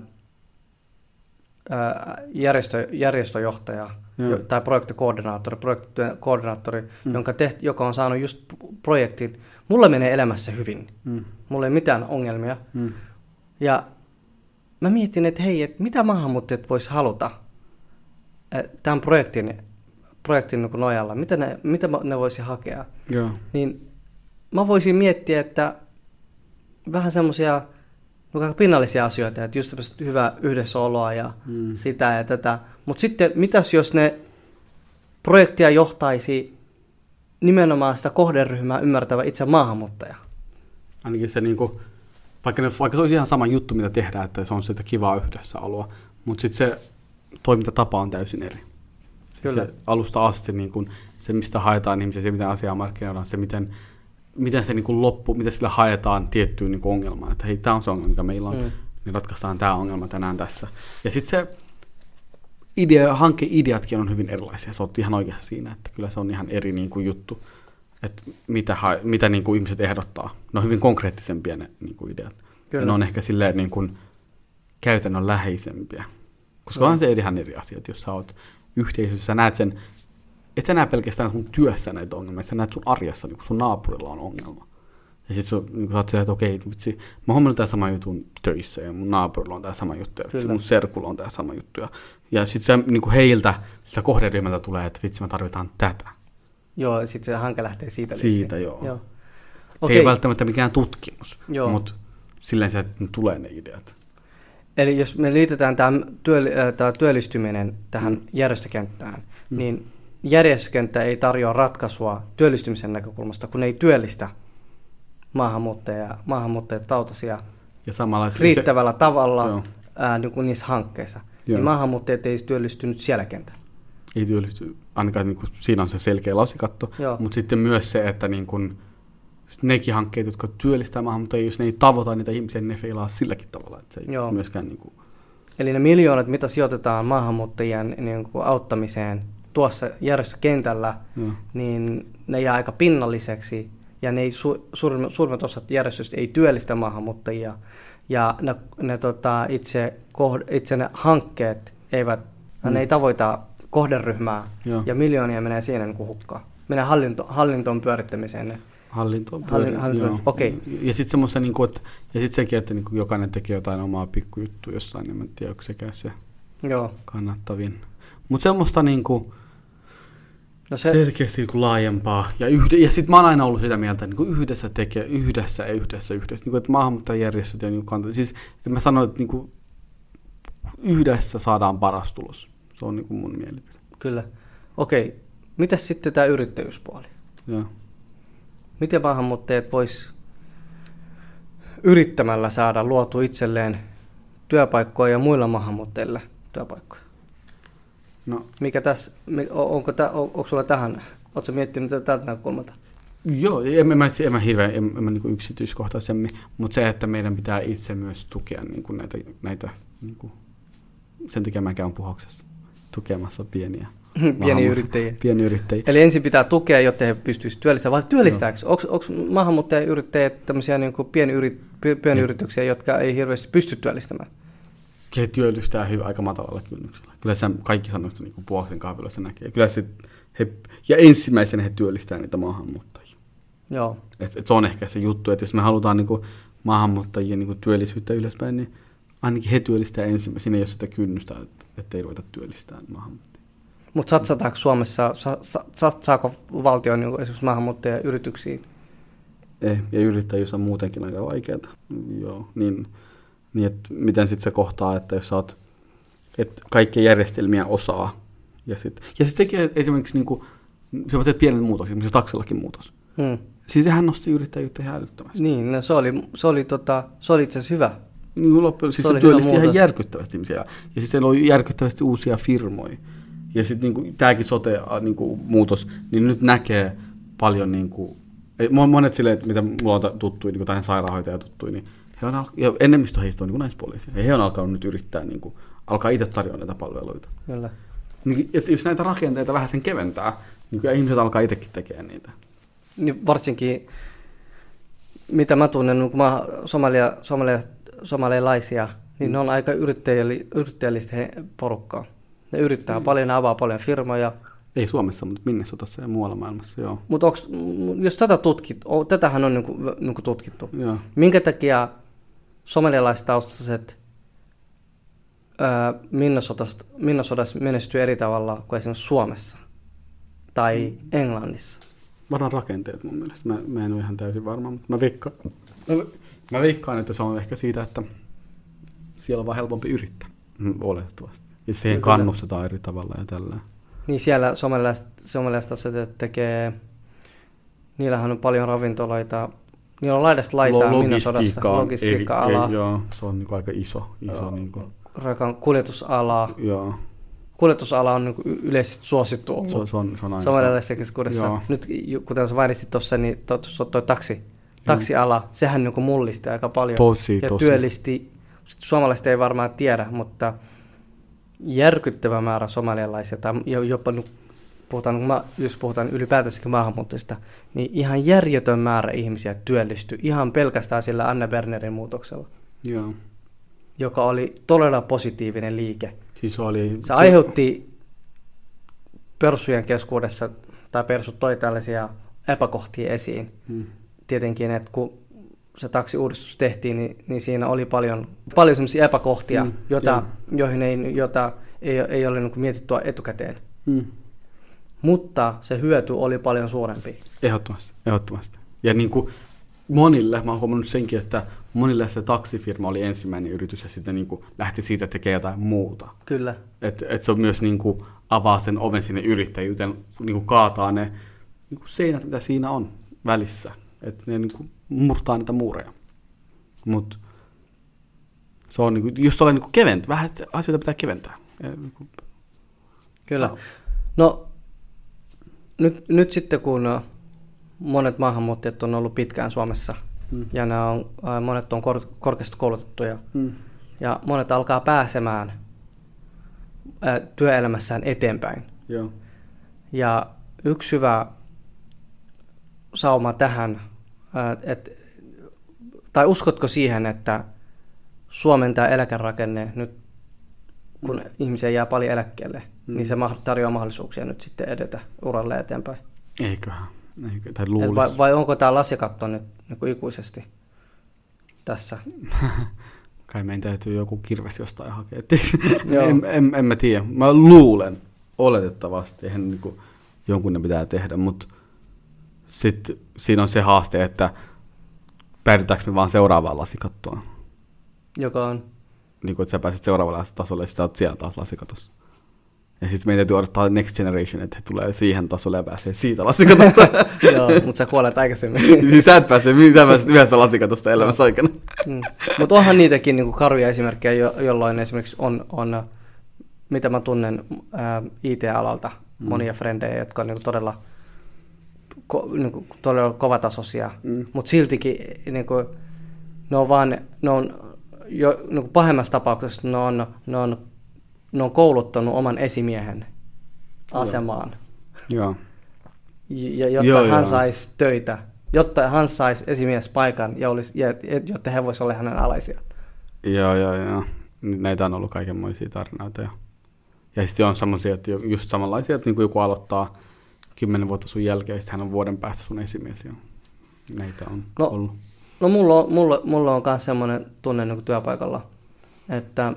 järjestöjohtaja tai projektikoordinaattori, joka on saanut just projektin, mulla menee elämässä hyvin. Mulla ei mitään ongelmia. Ja mä mietin, että hei, että mitä maahanmuuttajat vois haluta tämän projektin nojalla, mitä ne voisi hakea. Joo. Niin mä voisin miettiä, että vähän semmoisia pinnallisia asioita, että just tämmöistä hyvää yhdessäoloa ja sitä ja tätä. Mutta sitten mitäs jos ne projektia johtaisi nimenomaan sitä kohderyhmää ymmärtävä itse maahanmuuttaja? Ainakin se niinku, vaikka se olisi ihan sama juttu, mitä tehdään, että se on sitä kivaa yhdessäoloa, mutta sitten se toimintatapa on täysin eri. Kyllä. Se alusta asti niin kun, se, mistä haetaan ihmisiä, se miten asiaa markkinoidaan, se miten miten se niin loppuu, miten sillä haetaan tiettyyn niin ongelmaan, että hei, tämä on se ongelma, mikä meillä on, niin ratkaistaan tämä ongelma tänään tässä. Ja sitten se hankkeideatkin on hyvin erilaisia, sä oot ihan oikeassa siinä, että kyllä se on ihan eri niin kuin juttu, että mitä niin kuin ihmiset ehdottaa. Ne on hyvin konkreettisempia ne niin kuin ideat. Kyllä. Ja ne on ehkä silleen niin kuin käytännönläheisempiä. Koska onhan se ihan eri asia, että jos sä oot yhteisössä, sä näet sen, et sä näe pelkästään sun työssä näitä ongelmia, sä näet sun arjessa, niin kun sun naapurilla on ongelma. Ja sit niin sä oot silleen, että okei, vitsi, mä hommannut tää sama jutun töissä, ja mun naapurilla on tää sama juttu, ja mun serkulla on tää sama juttu. Ja sit se niin heiltä, sitä kohderyhmältä tulee, että vitsi, me tarvitaan tätä. Joo, sit se hanke lähtee siitä. Siitä, joo. Se ei välttämättä mikään tutkimus, mutta silleen se tulee ne ideat. Eli jos me liitetään tämä työllistyminen tähän järjestökenttään, niin järjestökenttä ei tarjoa ratkaisua työllistymisen näkökulmasta, kun ei työllistä maahanmuuttajatautaisia riittävällä tavalla niin kuin niissä hankkeissa. Niin maahanmuuttajat ei työllistynyt siellä kentällä. Ei työllisty, ainakaan niin kuin, siinä on se selkeä lasikatto, mutta sitten myös se, että niin kuin, nekin hankkeet, jotka työllistää maahanmuuttajia, jos ne ei tavoita niitä ihmisiä, niin ne feilaa silläkin tavalla, että se ei myöskään... Niin kuin... Eli ne miljoonat, mitä sijoitetaan maahanmuuttajien niin kuin auttamiseen tuossa järjestökentällä, niin ne jää aika pinnalliseksi, ja ne ei, suurimmat osat järjestöistä ei työllistä maahanmuuttajia, ja itse ne hankkeet ne ei tavoita kohderyhmää, ja miljoonia menee siinä niin kuin hukkaan. Menee hallintoon pyörittämiseen. Okei. Ja sitten semmoista, niin että, ja sitten sekin, että niin kuin jokainen tekee jotain omaa pikkujuttua jossain, niin en tiedä, onko sekään se kannattavin. Mutta semmoista niin kuin, selkeästi niin kuin laajempaa. Ja sitten mä oon aina ollut sitä mieltä, että niin yhdessä. Niin kuin, että maahanmuuttajajärjestöt ja niin kuin, siis että mä sanoin, että niin kuin, yhdessä saadaan paras tulos. Se on niin kuin mun mielipide. Kyllä. Okei. Mitäs sitten tämä yrittäjyyspuoli? Joo. Miten maahanmuuttajat vois yrittämällä saada luotu itselleen työpaikkoja ja muilla maahanmuuttajilla työpaikkoja? No. Mikä tässä, onko sulla tähän, ootko miettinyt tältä näkökulmalta? Joo, en mä hirveän niin kuin yksityiskohtaisemmin, mutta se, että meidän pitää itse myös tukea niin kuin näitä niin kuin, sen takia mä käyn Puhoksessa tukemassa pieniä yrittäjiä. Eli ensin pitää tukea, jotta he pystyisivät työllistämään. Vai työllistääkö? Onko maahanmuuttajayrittäjät tämmöisiä niin kuin pienyrityksiä, jotka ei hirveästi pysty työllistämään? Se työllistää aika matalalla kynnyksellä. Kyllä se kaikki sanoo, että niin Puhoksen kahvilassa näkee. Kyllä ja ensimmäisenä he työllistää niitä maahanmuuttajia. Joo. Et se on ehkä se juttu, että jos me halutaan niin kuin maahanmuuttajien niin kuin työllisyyttä ylöspäin, niin ainakin he työllistää ensimmäisenä, jos sitä kynnystä, että ei ruveta työllistää maahanmuuttajia. Mutta satsataanko Suomessa, satsaako valtio niin esimerkiksi maahanmuuttajayrityksiin? Ei, ja yrittäjyys on muutenkin aika vaikeaa. Joo, niin että miten sitten se kohtaa, että jos sä oot, että kaikkia järjestelmiä osaa, ja sitten tekee esimerkiksi niinku sellaiset pienet muutokset, esimerkiksi taksillakin muutos. Siis sehän nosti yrittäjyyttä ihan älyttömästi. Niin, no se oli itse asiassa hyvä. Niin loppujen siis se työllisti ihan järkyttävästi ihmisiä. Ja sitten siellä oli järkyttävästi uusia firmoja. Ja sitten niinku, tämäkin sote-muutos, niin nyt näkee paljon, niinku, monet silleen, mitä mulla on tuttuja, niin tai sairaanhoitaja tuttuja, niin ja enemmistö heistä on niin naispoliisia. Ja he on alkanut nyt yrittää, niin alkaa itse tarjoa näitä palveluita. Kyllä. Niin, että jos näitä rakenteita vähän sen keventää, niin kyllä ihmiset alkaa itsekin tekemään niitä. Niin varsinkin, mitä mä tunnen, kun mä somalialaisia, niin ne on aika yrittäjällistä porukkaa. Ne yrittää paljon, ne avaa paljon firmoja. Ei Suomessa, mutta Minnesotassa ja muualla maailmassa, joo. Mutta jos tätä tätähän on niinku tutkittu. Joo. Minkä takia somalialaistaustaiset Minnesotassa menestyy eri tavalla kuin esimerkiksi Suomessa tai Englannissa? Varmaan rakenteet mun mielestä. Mä en ole ihan täysin varma, mutta mä veikkaan, että se on ehkä siitä, että siellä on vaan helpompi yrittää, oletettavasti. Ja siihen kannustetaan eri tavalla ja tällä. Niin siellä somalialaiset tekee, niillähän on paljon ravintoloita, niillä on laidasta laitaa logistiikka-ala. Joo, se on niinku aika iso niinku. Kuljetusalaa. Joo, kuljetusala on niin kuin yleisesti suosittu ollut Se on aina. Somalialaisten keskuudessa. Nyt kuten sä mainitsit tuossa, niin toi taksiala, sehän niin kuin mullisti aika paljon. Tosi. Työllisti, suomalaiset ei varmaan tiedä, mutta järkyttävä määrä somalialaisia, tai jopa jos puhutaan ylipäätänsäkin maahanmuuttajista, niin ihan järjetön määrä ihmisiä työllistyi ihan pelkästään sillä Anne Bernerin muutoksella, Joo. joka oli todella positiivinen liike. Siis se aiheutti perssujen keskuudessa, tai persut toi tällaisia epäkohtia esiin. Tietenkin, että kun se taksiuudistus tehtiin, niin siinä oli paljon sellaisia epäkohtia, jota ei ole niin kuin mietitty etukäteen. Mutta se hyöty oli paljon suurempi. Ehdottomasti. Ja niin kuin monille, mä oon huomannut senkin, että monille se taksifirma oli ensimmäinen yritys ja sitten niin kuin lähti siitä tekemään jotain muuta. Kyllä. Et se on myös niin kuin avaa sen oven sinne yrittäjyyteen, niin kuin kaataa ne niin kuin seinät, mitä siinä on välissä. Että ne niin kuin murtaa niitä muureja. Mutta se on niin kuin, just olla niin kuin keventää. Vähän asioita pitää keventää. Ja, niin kuin, kyllä. No, nyt sitten kun monet maahanmuuttajat on ollut pitkään Suomessa ja monet on korkeasti koulutettuja ja monet alkaa pääsemään työelämässään eteenpäin. Joo. Ja yksi hyvä sauma tähän, tai uskotko siihen, että Suomen tämä eläkerakenne nyt, kun ihmisiä jää paljon eläkkeelle, niin se tarjoaa mahdollisuuksia nyt sitten edetä uralle eteenpäin? Eiköhän. Tai luulisi. Vai onko tämä lasikatto nyt niin kuin ikuisesti tässä? Kai meidän täytyy joku kirves jostain hakea. En mä tiedä. Mä luulen, oletettavasti, eihän niin kuin jonkun ne pitää tehdä, mutta sitten siinä on se haaste, että päädytäänkö me vaan seuraavaan lasikattoon. Joka on? Niin kuin, että sä pääset seuraavalle tasolle ja sitten oot siellä taas lasikatossa. Ja sitten meidän täytyy odottaa Next Generation, että he tulee siihen tasolle ja pääsee siitä lasikatosta. Joo, mutta sä kuolet aikaisemmin. Sä et pääse yhdestä lasikatosta elämässä aikana. Mutta onhan niitäkin niinku karuja esimerkkejä, jolloin esimerkiksi on mitä mä tunnen IT-alalta, monia frendejä, jotka on niinku todella kovatasoisia. Mutta siltikin niinku, ne on niinku pahemmassa tapauksessa ne on kouluttanut oman esimiehen asemaan, Joo. jotta hän saisi töitä, jotta hän saisi esimiespaikan ja jotta he voisivat olla hänen alaisiaan. Joo. Näitä on ollut kaikenmoisia tarinoita. Ja sitten on semmoisia, että just samanlaisia, että niin joku aloittaa 10 vuotta sun jälkeen, ja sitten hän on vuoden päästä sun esimies. Ja näitä on ollut. No mulla on myös semmoinen tunne niin kuin työpaikalla, että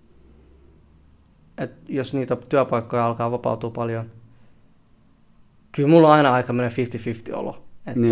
jos niitä työpaikkoja alkaa vapautua paljon, kyllä mulla on aina aikamoinen 50-50 olo.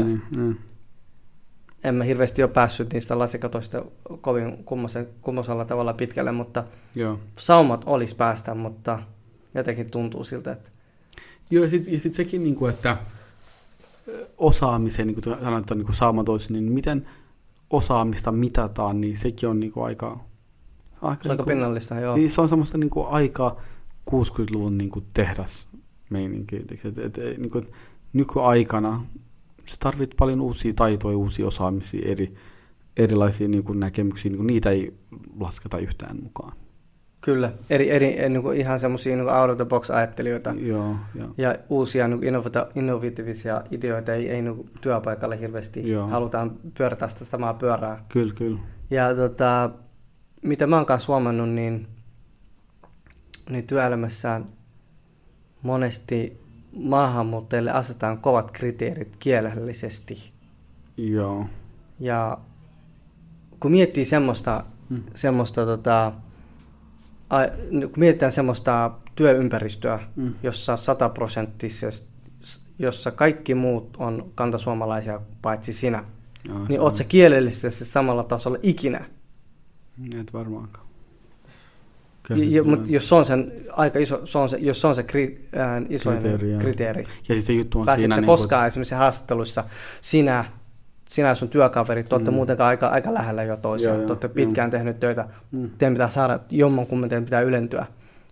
En mä hirveästi ole päässyt niistä lasikatoista kovin kummoisella tavalla pitkälle, mutta saumat olisi päästä, mutta jotenkin tuntuu siltä, että... Joo, ja sitten sekin, niin kuin, että osaamisen, niin kuin sanoit, niin saumat olisi, niin miten osaamista mitataan, niin sekin on niin kuin aika pinnallista, joo. Niin se on semmoista niin kuin aika 60-luvun niin kuin tehdasmeininkiä. Niin nykyaikana se tarvitsee paljon uusia taitoja, uusia osaamisia, erilaisia niin kuin näkemyksiä. Niin kuin niitä ei lasketa yhtään mukaan. Kyllä, niin kuin ihan semmoisia niin out of the box ajattelijoita. Joo. Ja uusia niin innovatiivisia ideoita ei niin kuin työpaikalle hirveästi. Halutaan pyörätä sitä samaa pyörää. Kyllä. Ja mitä mä oon kanssa huomannut, niin työelämässään monesti maahanmuuttajille asetetaan kovat kriteerit kielellisesti. Joo. Ja kun miettii kun mietitään semmoista työympäristöä, jossa 100%, jossa kaikki muut on kantasuomalaisia paitsi sinä, niin oot sä kielellisesti samalla tasolla ikinä. Et varmaankaan. Mutta jos se on sen aika iso, jos se on se isoin kriteeri. Ja sitten juttu on pääsit siinä... Pääsit koskaan esimerkiksi haastatteluissa, sinä ja sun työkaverit, te olette muutenkaan aika lähellä jo toisiaan, te olette pitkään tehnyt töitä, teidän pitää saada, jommankumman teidän pitää ylentyä.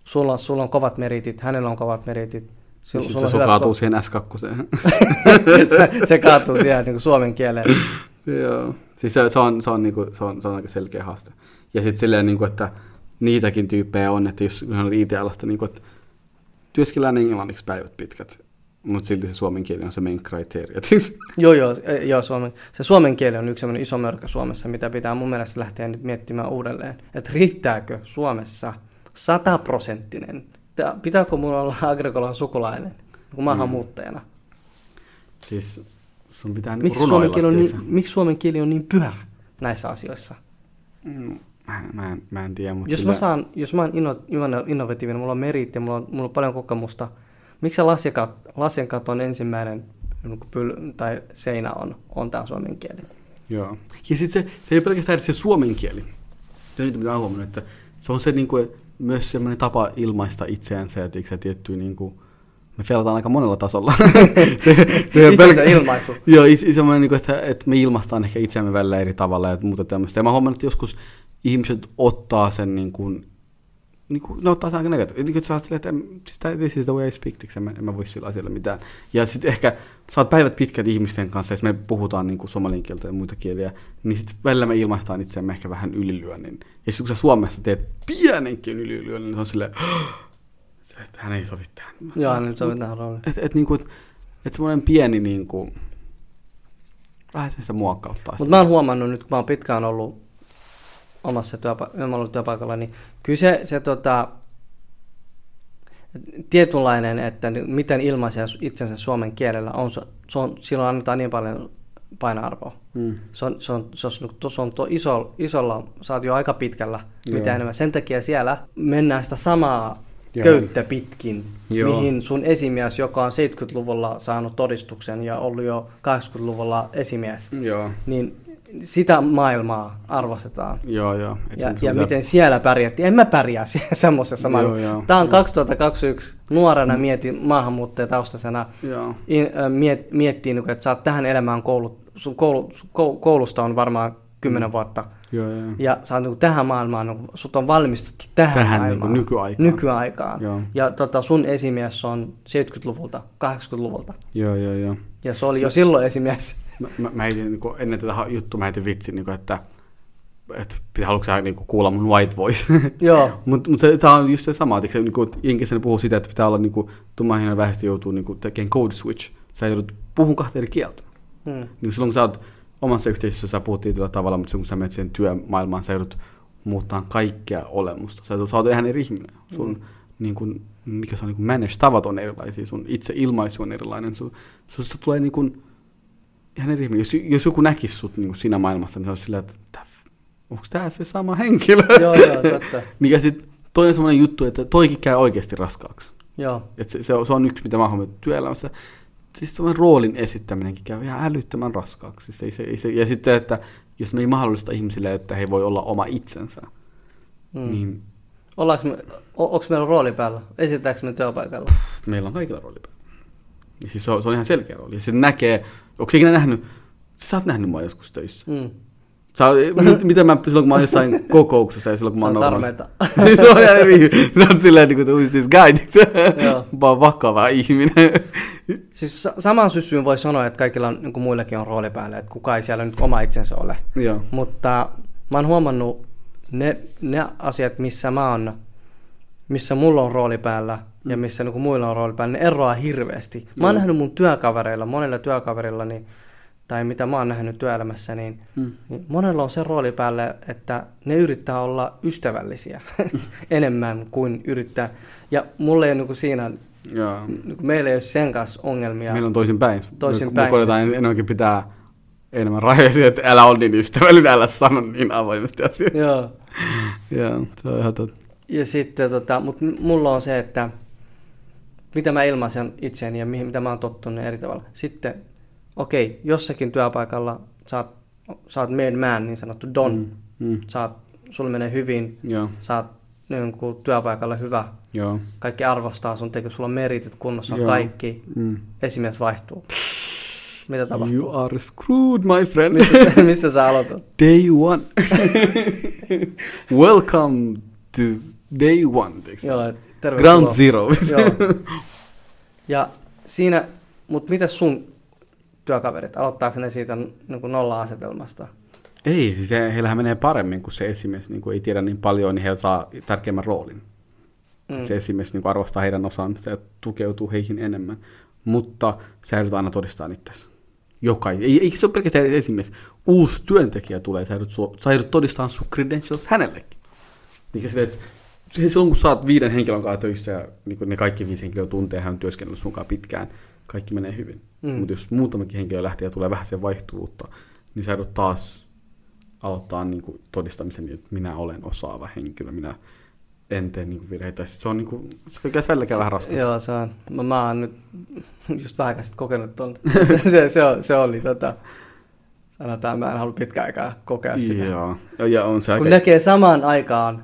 sulla on kovat meritit, hänellä on kovat meritit. Sitten se kaatuu siihen S2. se kaatuu siihen niin kuin suomen kieleen. Joo, siis se on aika selkeä haaste. Ja sitten silleen, niin kuin, että niitäkin tyyppejä on, että jos on IT-alasta, niin kuin, että työskennellään englanniksi päivät pitkät, mutta silti se suomen kieli on se main criteria. Joo, se suomen kieli on yksi sellainen iso mörkö Suomessa, mitä pitää mun mielestä lähteä nyt miettimään uudelleen. Että riittääkö Suomessa 100%? Pitääkö mulla olla Agricolan sukulainen niin maahanmuuttajana? Siis sun pitää niin runoilla. Miksi suomen kieli on niin pyhä näissä asioissa? Mä en tiedä. Mutta jos mä oon innovatiivinen, mulla on merit ja mulla on paljon kokemusta, miksi se lasjenkaton ensimmäinen tai seinä on tää suomen kieli? Joo. Ja sitten se ei pelkästään se suomen kieli. Nyt mitä olen huomannut, että se on se niinku, myös semmoinen tapa ilmaista itseänsä, että tiettyä niinku, me feilataan aika monella tasolla. Itsensä ilmaisu. Joo, semmoinen, niinku, että me ilmaistaan ehkä itseämme välillä eri tavalla ja muuta tämmöistä. Ja mä huomannut, että joskus ihmiset ottaa sen ne ottaa sen aika negatiivisesti. Niin, sä oot silleen, että this is the way I speak, en mä voi sillä asialla mitään. Ja sitten ehkä sä oot päivät pitkät ihmisten kanssa, jos me puhutaan niin somalin kieltä ja muita kieliä, niin sitten välillä me ilmaistaan itseämme ehkä vähän ylilyönnin. Ja sitten kun sä Suomessa teet pienenkin ylilyönnin, niin se on silleen, että hän ei sovi tähän. Joo, hän ei sovi tähän rooliin. Että semmoinen pieni, niinku, vähän sitä muokkauttaa. Mutta mä oon huomannut nyt, kun mä oon pitkään ollut omassa työpaikalla, niin kyllä se tietynlainen, että miten ilmaisee itsensä suomen kielellä silloin annetaan niin paljon painoarvoa. Se on isolla, sä oot jo aika pitkällä, mitä enemmän. Sen takia siellä mennään sitä samaa köyttä pitkin, mihin sun esimies, joka on 70-luvulla saanut todistuksen ja ollut jo 80-luvulla esimies, niin sitä maailmaa arvostetaan. Ja miten siellä pärjättiin. En mä pärjää semmoisessa maailmassa. Tämä on 2021. Nuorena mietin maahanmuuttajataustaisena. Miettii, että sä oot tähän elämään koulusta on varmaan 10 vuotta. Ja sä oot tähän maailmaan, sut on valmistettu tähän maailmaan. Nykyaikaan. Ja sun esimies on 70-luvulta, 80-luvulta. Ja se oli jo silloin esimies. Mä heitin, ennen tätä juttua mä heitin vitsin, että haluatko sä kuulla mun white voice? Joo. Mutta tämä on just se sama, että Jenkeissä puhuu sitä, että pitää olla tummanhienoinen väestö joutuu tekemään code switch. Sä joudut puhun 2 eri kieltä. Niin silloin kun sä oot omassa yhteisössä, sä puhut tietyllä tavalla, mutta kun sä menet siihen työmaailmaan, sä joudut muuttaa kaikkea olemusta. Sä oot ihan eri ihminen. Sun mikä se on manage-tavat on erilaisia, sun itse ilmaisu on erilainen. Susta tulee ihan eri ihminen. Jos joku näkisi sut siinä maailmassa, niin se olisi silleen, että onko tämä se sama henkilö? Joo, totta. Mikä sitten toinen semmoinen juttu, että toikin käy oikeasti raskaaksi. Joo. Että se on yksi, mitä mä huomioon työelämässä. Siis semmoinen roolin esittäminenkin käy ihan älyttömän raskaaksi. Ja sitten, että jos me ei mahdollista ihmisille, että he voi olla oma itsensä, niin onko meillä rooli päällä? Esitetäänkö me työpaikalla? Meillä on kaikilla rooli päällä. Ja siis se on ihan selkeä rooli. Ja se näkee, onko ikinä nähnyt, sä oot nähnyt mua joskus töissä. Mitä mä, silloin kun mä oon jossain kokouksessa ja silloin kun mä oon karmeita. Siis se on ihan eri. Sä oot silleen, että who is this guy? Mä oon vakava ihminen. Siis samaan syssyyn voi sanoa, että kaikilla on, muillakin on rooli päällä, että kukaan ei siellä nyt oma itsensä ole. Joo. Mutta mä oon huomannut ne asiat, missä mulla on rooli päällä ja missä muilla on rooli päällä, ne eroaa hirveästi. Mä oon nähnyt mun monella työkaverillani, tai mitä mä oon nähnyt työelämässä, niin monella on se rooli päälle, että ne yrittää olla ystävällisiä enemmän kuin yrittää. Ja mulla ei ole siinä, meillä ei ole sen kanssa ongelmia. Meillä on toisinpäin. Me koetaan enemmänkin pitää enemmän rajoja, että älä ole niin ystävällinen, älä sano niin avoimesti asioita. Joo. Joo, se on ihan totta. Ja sitten, mutta mulla on se, että mitä mä ilmaisen itseäni ja mitä mä oon tottunut eri tavalla. Sitten, okei, jossakin työpaikalla sä oot main man, niin sanottu don. Sulla menee hyvin, sä oot työpaikalla hyvä. Joo. Kaikki arvostaa sun tekee, sulla on meritit kunnossa, on kaikki. Esimies vaihtuu. Mitä tapahtuu? You are screwed, my friend. Mistä sä aloitat? Day one. Welcome to day one. Joo, Tervetuloa. Ground Zero. Joo. Ja siinä, mutta mitäs sun työkaverit, aloittaako ne siitä niin kuin nolla-asetelmasta? Ei, siis heillähän menee paremmin kuin se esimies, niin kuin ei tiedä niin paljon, niin he saa tärkeimmän roolin. Se esimies niin kuin arvostaa heidän osaamista ja tukeutuu heihin enemmän, mutta sä joudut aina todistaa itseäsi. Eikä se ole pelkästään esimies. Uusi työntekijä tulee, sä joudut todistamaan sun credentials hänellekin. Niin silleen, että silloin kun sä oot 5 henkilön kanssa töissä ja niin ne kaikki 5 henkilöä tuntee, hän on työskennellyt sun kanssa pitkään, kaikki menee hyvin. Mutta jos muutamakin henkilö lähtee ja tulee vähän sen vaihtuvuutta, niin sä joudut taas aloittaa niin kuin todistamisen, että minä olen osaava henkilö, minä en tee niin virheitä. Se on niin kuin, se käy selkeä vähän raskasta. Joo, se on. Mä oon nyt just vähän aikaa sitten kokenut tuon. se oli sanotaan, mä en halua pitkään aikaa kokea sitä. Joo, ja on se kun näkee samaan aikaan,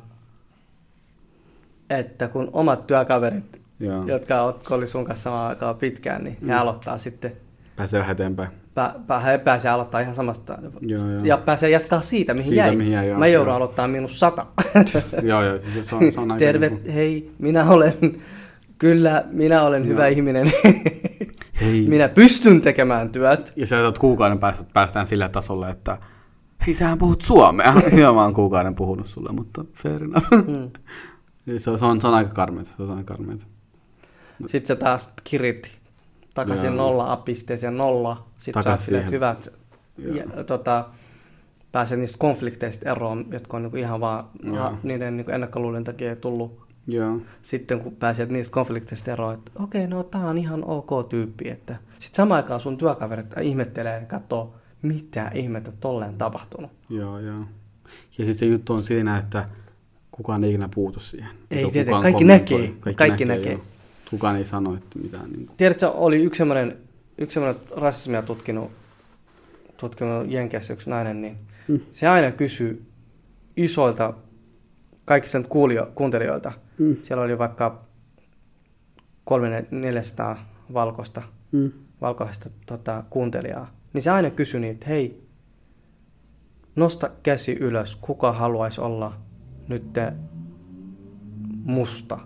että kun omat työkaverit, jotka oli sun kanssa samaan aikaan pitkään, niin he aloittaa sitten. Pääsee vähän eteenpäin. He pääsee aloittaa ihan samasta. Joo. Ja pääsee jatkaa siitä, mihin jäi. Mä joudun aloittaa -100. Joo, siis se on aika. Terve, niin kuin... hei, minä olen hyvä ihminen. Hei. Minä pystyn tekemään työt. Ja sä oot kuukauden päästään sillä tasolla, että hei, sähän puhut suomea. Joo, mä oon kuukauden puhunut sulle, mutta fair enough. Se on aika karmeita. Sitten se taas kiritti takaisin 0 pisteeseen 0. Sitten sä oot silleen hyvät. Pääsee niistä konflikteista eroon, jotka on niinku ihan vaan niiden niinku ennakkoluulien takia tullut. Joo. Sitten kun pääset niistä konflikteista eroon, että okei, no tää on ihan ok tyyppi. Sitten samaan aikaan sun työkaverit ihmettelee ja katsoo, mitä ihmettä tolleen tapahtunut. Joo. Ja sitten se juttu on siinä, että kukaan ei ikinä puutu siihen. Ei tietenkään, kaikki näkee. Kukaan ei sano, että mitään. Niin. Tiedätkö, oli yksi semmoinen rasismia tutkinut Jenkeissä yksi nainen, niin se aina kysyy isoilta kaikista kuuntelijoilta. Siellä oli vaikka 300-400 valkoista kuuntelijaa. Niin se aina kysyi niitä, että hei, nosta käsi ylös, kuka haluaisi olla nyt musta.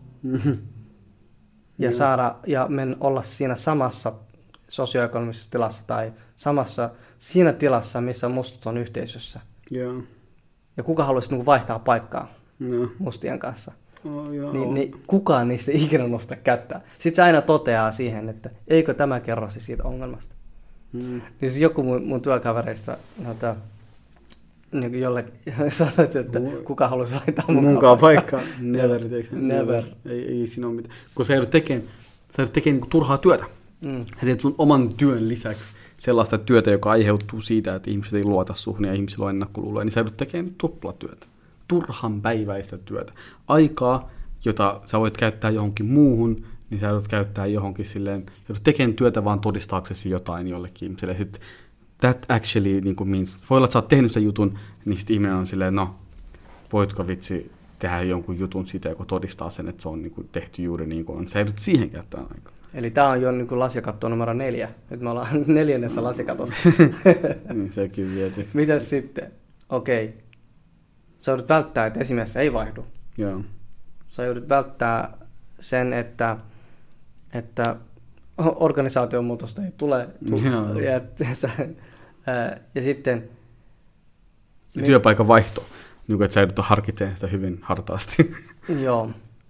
Ja olla siinä samassa sosioekonomisessa tilassa tai siinä tilassa, missä mustat on yhteisössä. Yeah. Ja kuka haluaisi niinku vaihtaa paikkaa mustien kanssa. Niin kukaan niistä ei ikinä nosta kättä. Sitten se aina toteaa siihen, että eikö tämä kerro siitä ongelmasta. Niin siis joku mun työkavereista niin jolle sanoit, että kuka haluaisi vaihtaa munkaan paikkaa. Never. Ei siinä ole mitään. Kun sä joudut tekemään niin turhaa työtä. Sä teet sun oman työn lisäksi sellaista työtä, joka aiheutuu siitä, että ihmiset ei luota suhun ja ihmisillä on ennakkoluuloja, niin sä joudut tekemään tuplatyötä. Turhan päiväistä työtä. Aikaa, jota sä voit käyttää johonkin muuhun, niin sä joudut käyttää johonkin silleen, joudut tekemään työtä vaan todistaaksesi jotain jollekin ihmiselle. Sitten that actually niin kuin means, voi olla, että sä oot tehnyt sen jutun, niin sitten ihminen on silleen, no, voitko vitsi tehdä jonkun jutun siitä, joka todistaa sen, että se on niin kuin tehty juuri niin kuin on. Sä joudut siihen käyttää aikaa. Eli tää on jo niin kuin lasikatto numero 4. Nyt me ollaan 4. lasikatossa. Niin sekin vietiin. Mitäs sitten? Okei. Sä joudut välttää, että esimies ei vaihdu. Joo. Sä joudut välttää sen, että organisaation muutosta ei tule. Ja sitten... Työpaikan vaihto. Niin että sä joudut harkitsemaan sitä hyvin hartaasti. Joo.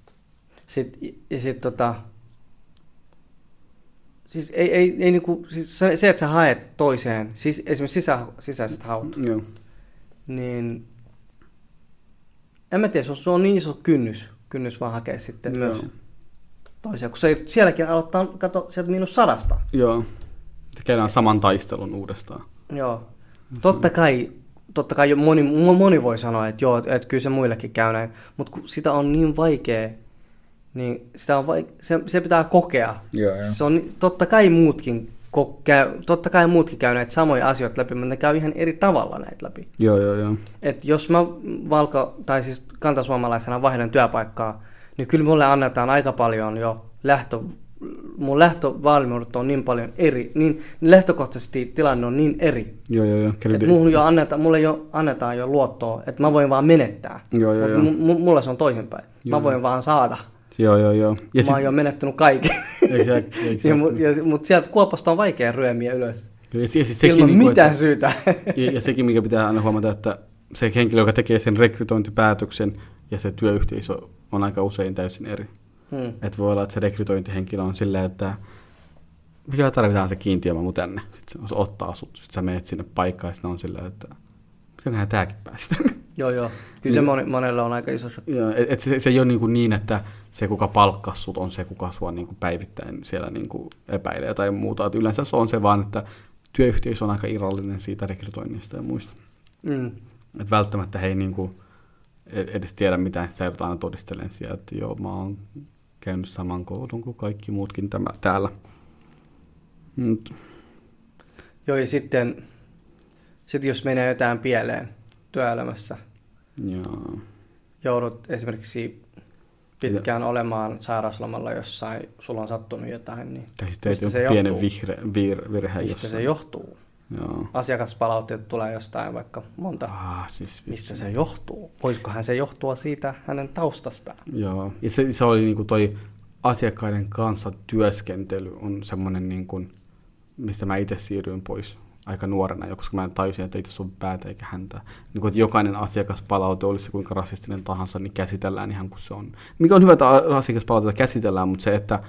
Siis ei niinku, siis se, että sä haet toiseen, siis esimerkiksi sisäiset haut, niin en mä tiedä, se on niin iso kynnys vaan hakea sitten myös toisia, kun se sielläkin aloittaa, kato, sieltä -100. Joo, käydään saman taistelun uudestaan. Joo, totta kai moni voi sanoa, että joo, että kyllä se muillekin käy näin, mutta kun sitä on niin vaikea, niin se pitää kokea. Joo. Se on, totta kai muutkin käy näitä samoja asioita läpi, mutta ne käy ihan eri tavalla näitä läpi. Joo. Et jos mä tai siis kantasuomalaisena vaihdan työpaikkaa, niin kyllä mulle annetaan aika paljon jo mun lähtövalmiudet on niin paljon eri, niin lähtökohtaisesti tilanne on niin eri. Joo. Mulle jo annetaan jo luottoa, että mä voin vaan menettää. Joo. Mulla se on toisinpäin. Mä voin vaan saada. Joo. Mä oon jo menettänyt kaiken. Mutta sieltä kuopasta on vaikea ryömiä ylös. Ilman mitään syytä. Ja sekin, mikä pitää aina huomata, että se henkilö, joka tekee sen rekrytointipäätöksen ja se työyhteisö on aika usein täysin eri. Että voi olla, että se rekrytointihenkilö on silleen, että mikä tarvitaan se kiintiömamu tänne. Sitten se ottaa sut, sitten sä menet sinne paikkaan ja sitten on silleen, että mitenköhän tääkin päästä. Joo. Kyllä se monella on aika iso shokki. Se ei ole niin, että se kuka palkkasi sut on se, kuka sua niin kuin päivittäin siellä niin kuin epäilee tai muuta. Et yleensä se on se vaan, että työyhteisö on aika irrallinen siitä rekrytoinnista ja muista. Että välttämättä he ei niin kuin edes tiedä mitään, että sä joudut aina todistelemaan siellä, että joo, mä oon käynyt saman koulun kuin kaikki muutkin täällä. Joo, ja sitten jos menee jotain pieleen työelämässä, joudut esimerkiksi pitkään olemaan sairauslomalla jossain, sulla on sattunut jotain, niin mistä se pienen virhe mistä se johtuu? Joo. Asiakaspalautteet tulee jostain vaikka monta. Mistä se johtuu? Voisikohan se johtua siitä hänen taustastaan? Joo, ja se oli niinku toi asiakkaiden kanssa työskentely on semmoinen, niinku, mistä mä itse siirryin pois aika nuorena, koska mä tajusin, että ei tässä ole päätä eikä häntä. Niin kuin, että jokainen asiakaspalaute, olisi se kuinka rasistinen tahansa, niin käsitellään ihan kuin se on. Mikä on hyvä, että asiakaspalautetta käsitellään, mutta se, että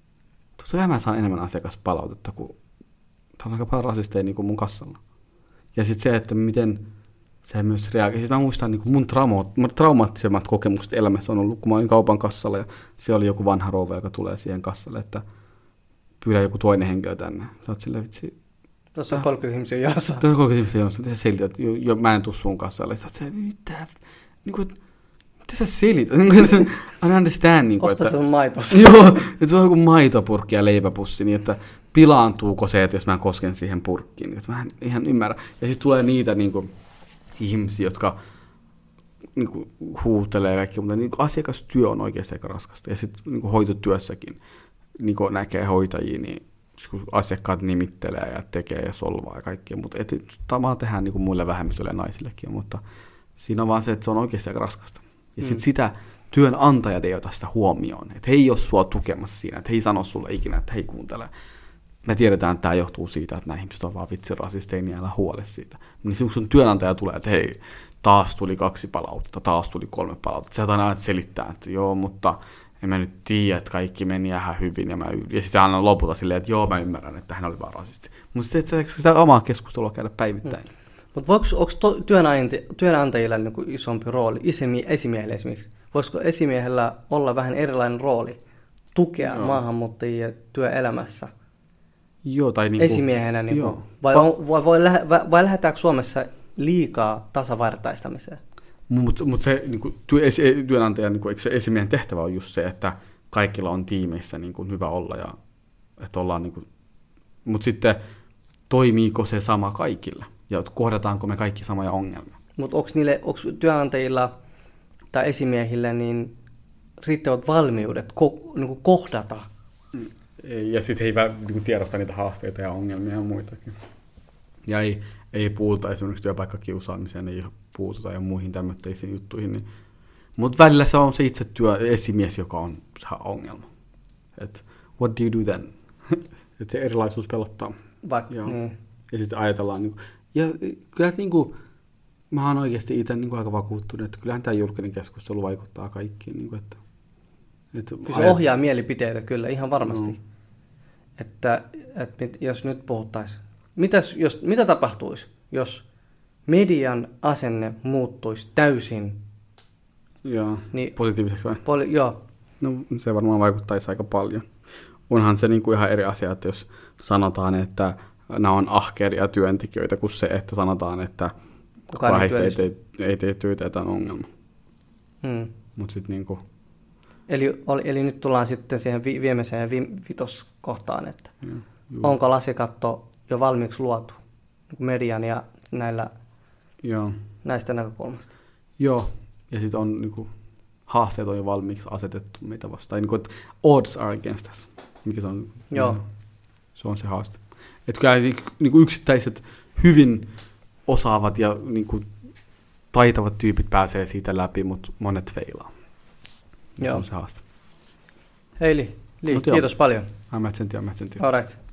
totta kai mä saan enemmän asiakaspalautetta, kun täällä on aika paljon rasisteja niin kuin mun kassalla. Ja sitten se, että miten se myös reagoi. Siis mä muistan niin kuin mun traumaattisemmat kokemukset elämässä on ollut, kun mä olin kaupan kassalla ja se oli joku vanha rouva, joka tulee siihen kassalle, että pyydä joku toinen henkilö tänne. Sä oot silleen, vitsi. Tuossa on 30 ihmisiä jonossa. Tuossa on 30 ihmisiä jonossa. Mitä sä selität, että mä en tuu sun kassalle. Sä oot silleen, mitä? Niin kuin, mitä sä selität? I understand. Niin kuin, osta sun maitos. Joo, että se on joku maitopurkki ja leipäpussi, niin että pilaantuuko se, että jos mä kosken siihen purkkiin. Että mä en ihan ymmärrä. Ja sitten tulee niitä niin kuin, ihmisiä, jotka niin kuin, huutelee kaikki, mutta niin kuin, asiakastyö on oikeasti aika raskasta. Ja sitten niin kuin, hoitotyössäkin niin kuin näkee hoitajia, niin kun asiakkaat nimittelee ja tekee ja solvaa ja kaikkea, mutta tämä tehdään niin kuin muille vähemmistöille ja naisillekin, mutta siinä on vaan se, että se on oikeasti aika raskasta. Ja sitten sitä työnantajat ei ota sitä huomioon, että he ei ole sua tukemassa siinä, että he ei sano sulle ikinä, että hei kuuntele. Me tiedetään, että tämä johtuu siitä, että nämä ihmiset on vaan vitsirasisteja, niin älä huole siitä. Niin kun sun työnantaja tulee, että hei, taas tuli 2 palautetta, taas tuli 3 palautetta, sä aina selittää, että joo, mutta en mä nyt tiedä, että kaikki meni ihan hyvin. Ja sitten aina lopulta silleen, että joo, mä ymmärrän, että hän oli vaan rasisti. Mutta sitä omaa keskustelua käydä päivittäin. Mutta onko työnantajilla niinku isompi rooli, esimiehellä esimerkiksi? Voisiko esimiehellä olla vähän erilainen rooli tukea maahanmuuttajia työelämässä? Joo, tai niinku, esimiehenä. Niinku, vai lähdetäänkö Suomessa liikaa tasavartaistamiseen? Mutta se niinku, työnantajan, niinku, eikö se esimiehen tehtävä on just se, että kaikilla on tiimeissä niinku, hyvä olla. Ja, että ollaan, niinku, mutta sitten toimiiko se sama kaikilla? Ja kohdataanko me kaikki samoja ongelmia? Mutta onko työnantajilla tai esimiehillä niin riittävät valmiudet niinku kohdata? Ja sitten he eivät niinku tiedosta niitä haasteita ja ongelmia ja muitakin. Ja ei puhuta esimerkiksi työpaikkakiusaamiseen, ei puututa ja muihin tämmöisiin juttuihin. Niin. Mutta välillä se on se itse esimies, joka on se ongelma. Et what do you do then? Et se erilaisuus pelottaa. Niin. Ja sitten ajatellaan. Niin, ja kyllä niin mä oon oikeasti itse niin aika vakuuttunut, että kyllähän tämä julkinen keskustelu vaikuttaa kaikkiin. Niin kyllä se ohjaa mielipiteitä kyllä, ihan varmasti. No. Että jos nyt puhuttaisiin. Mitä tapahtuisi, jos median asenne muuttuisi täysin? Joo, niin, positiiviseksi vai? Joo. No se varmaan vaikuttaisi aika paljon. Onhan se niinku ihan eri asia, että jos sanotaan, että nämä on ahkeria työntekijöitä, kuin se, että sanotaan, että kukaan heistä ei tee työtä, että on ongelma. Mut sit niinku. Eli nyt tullaan sitten siihen viimeiseen vitoskohtaan, että onko lasikatto jo valmiiksi luotu median ja näistä näkökulmasta? Joo, ja sitten on niinku, haasteet on jo valmiiksi asetettu meitä vastaan. Niinku, odds are against us. Mikä se on? Joo. Se on se haaste. Että kyllä niinku, yksittäiset hyvin osaavat ja niinku, taitavat tyypit pääsee siitä läpi, mutta monet feilaa. Se on se haaste. Hei Li, kiitos paljon. Mä sen tiedän. Alright.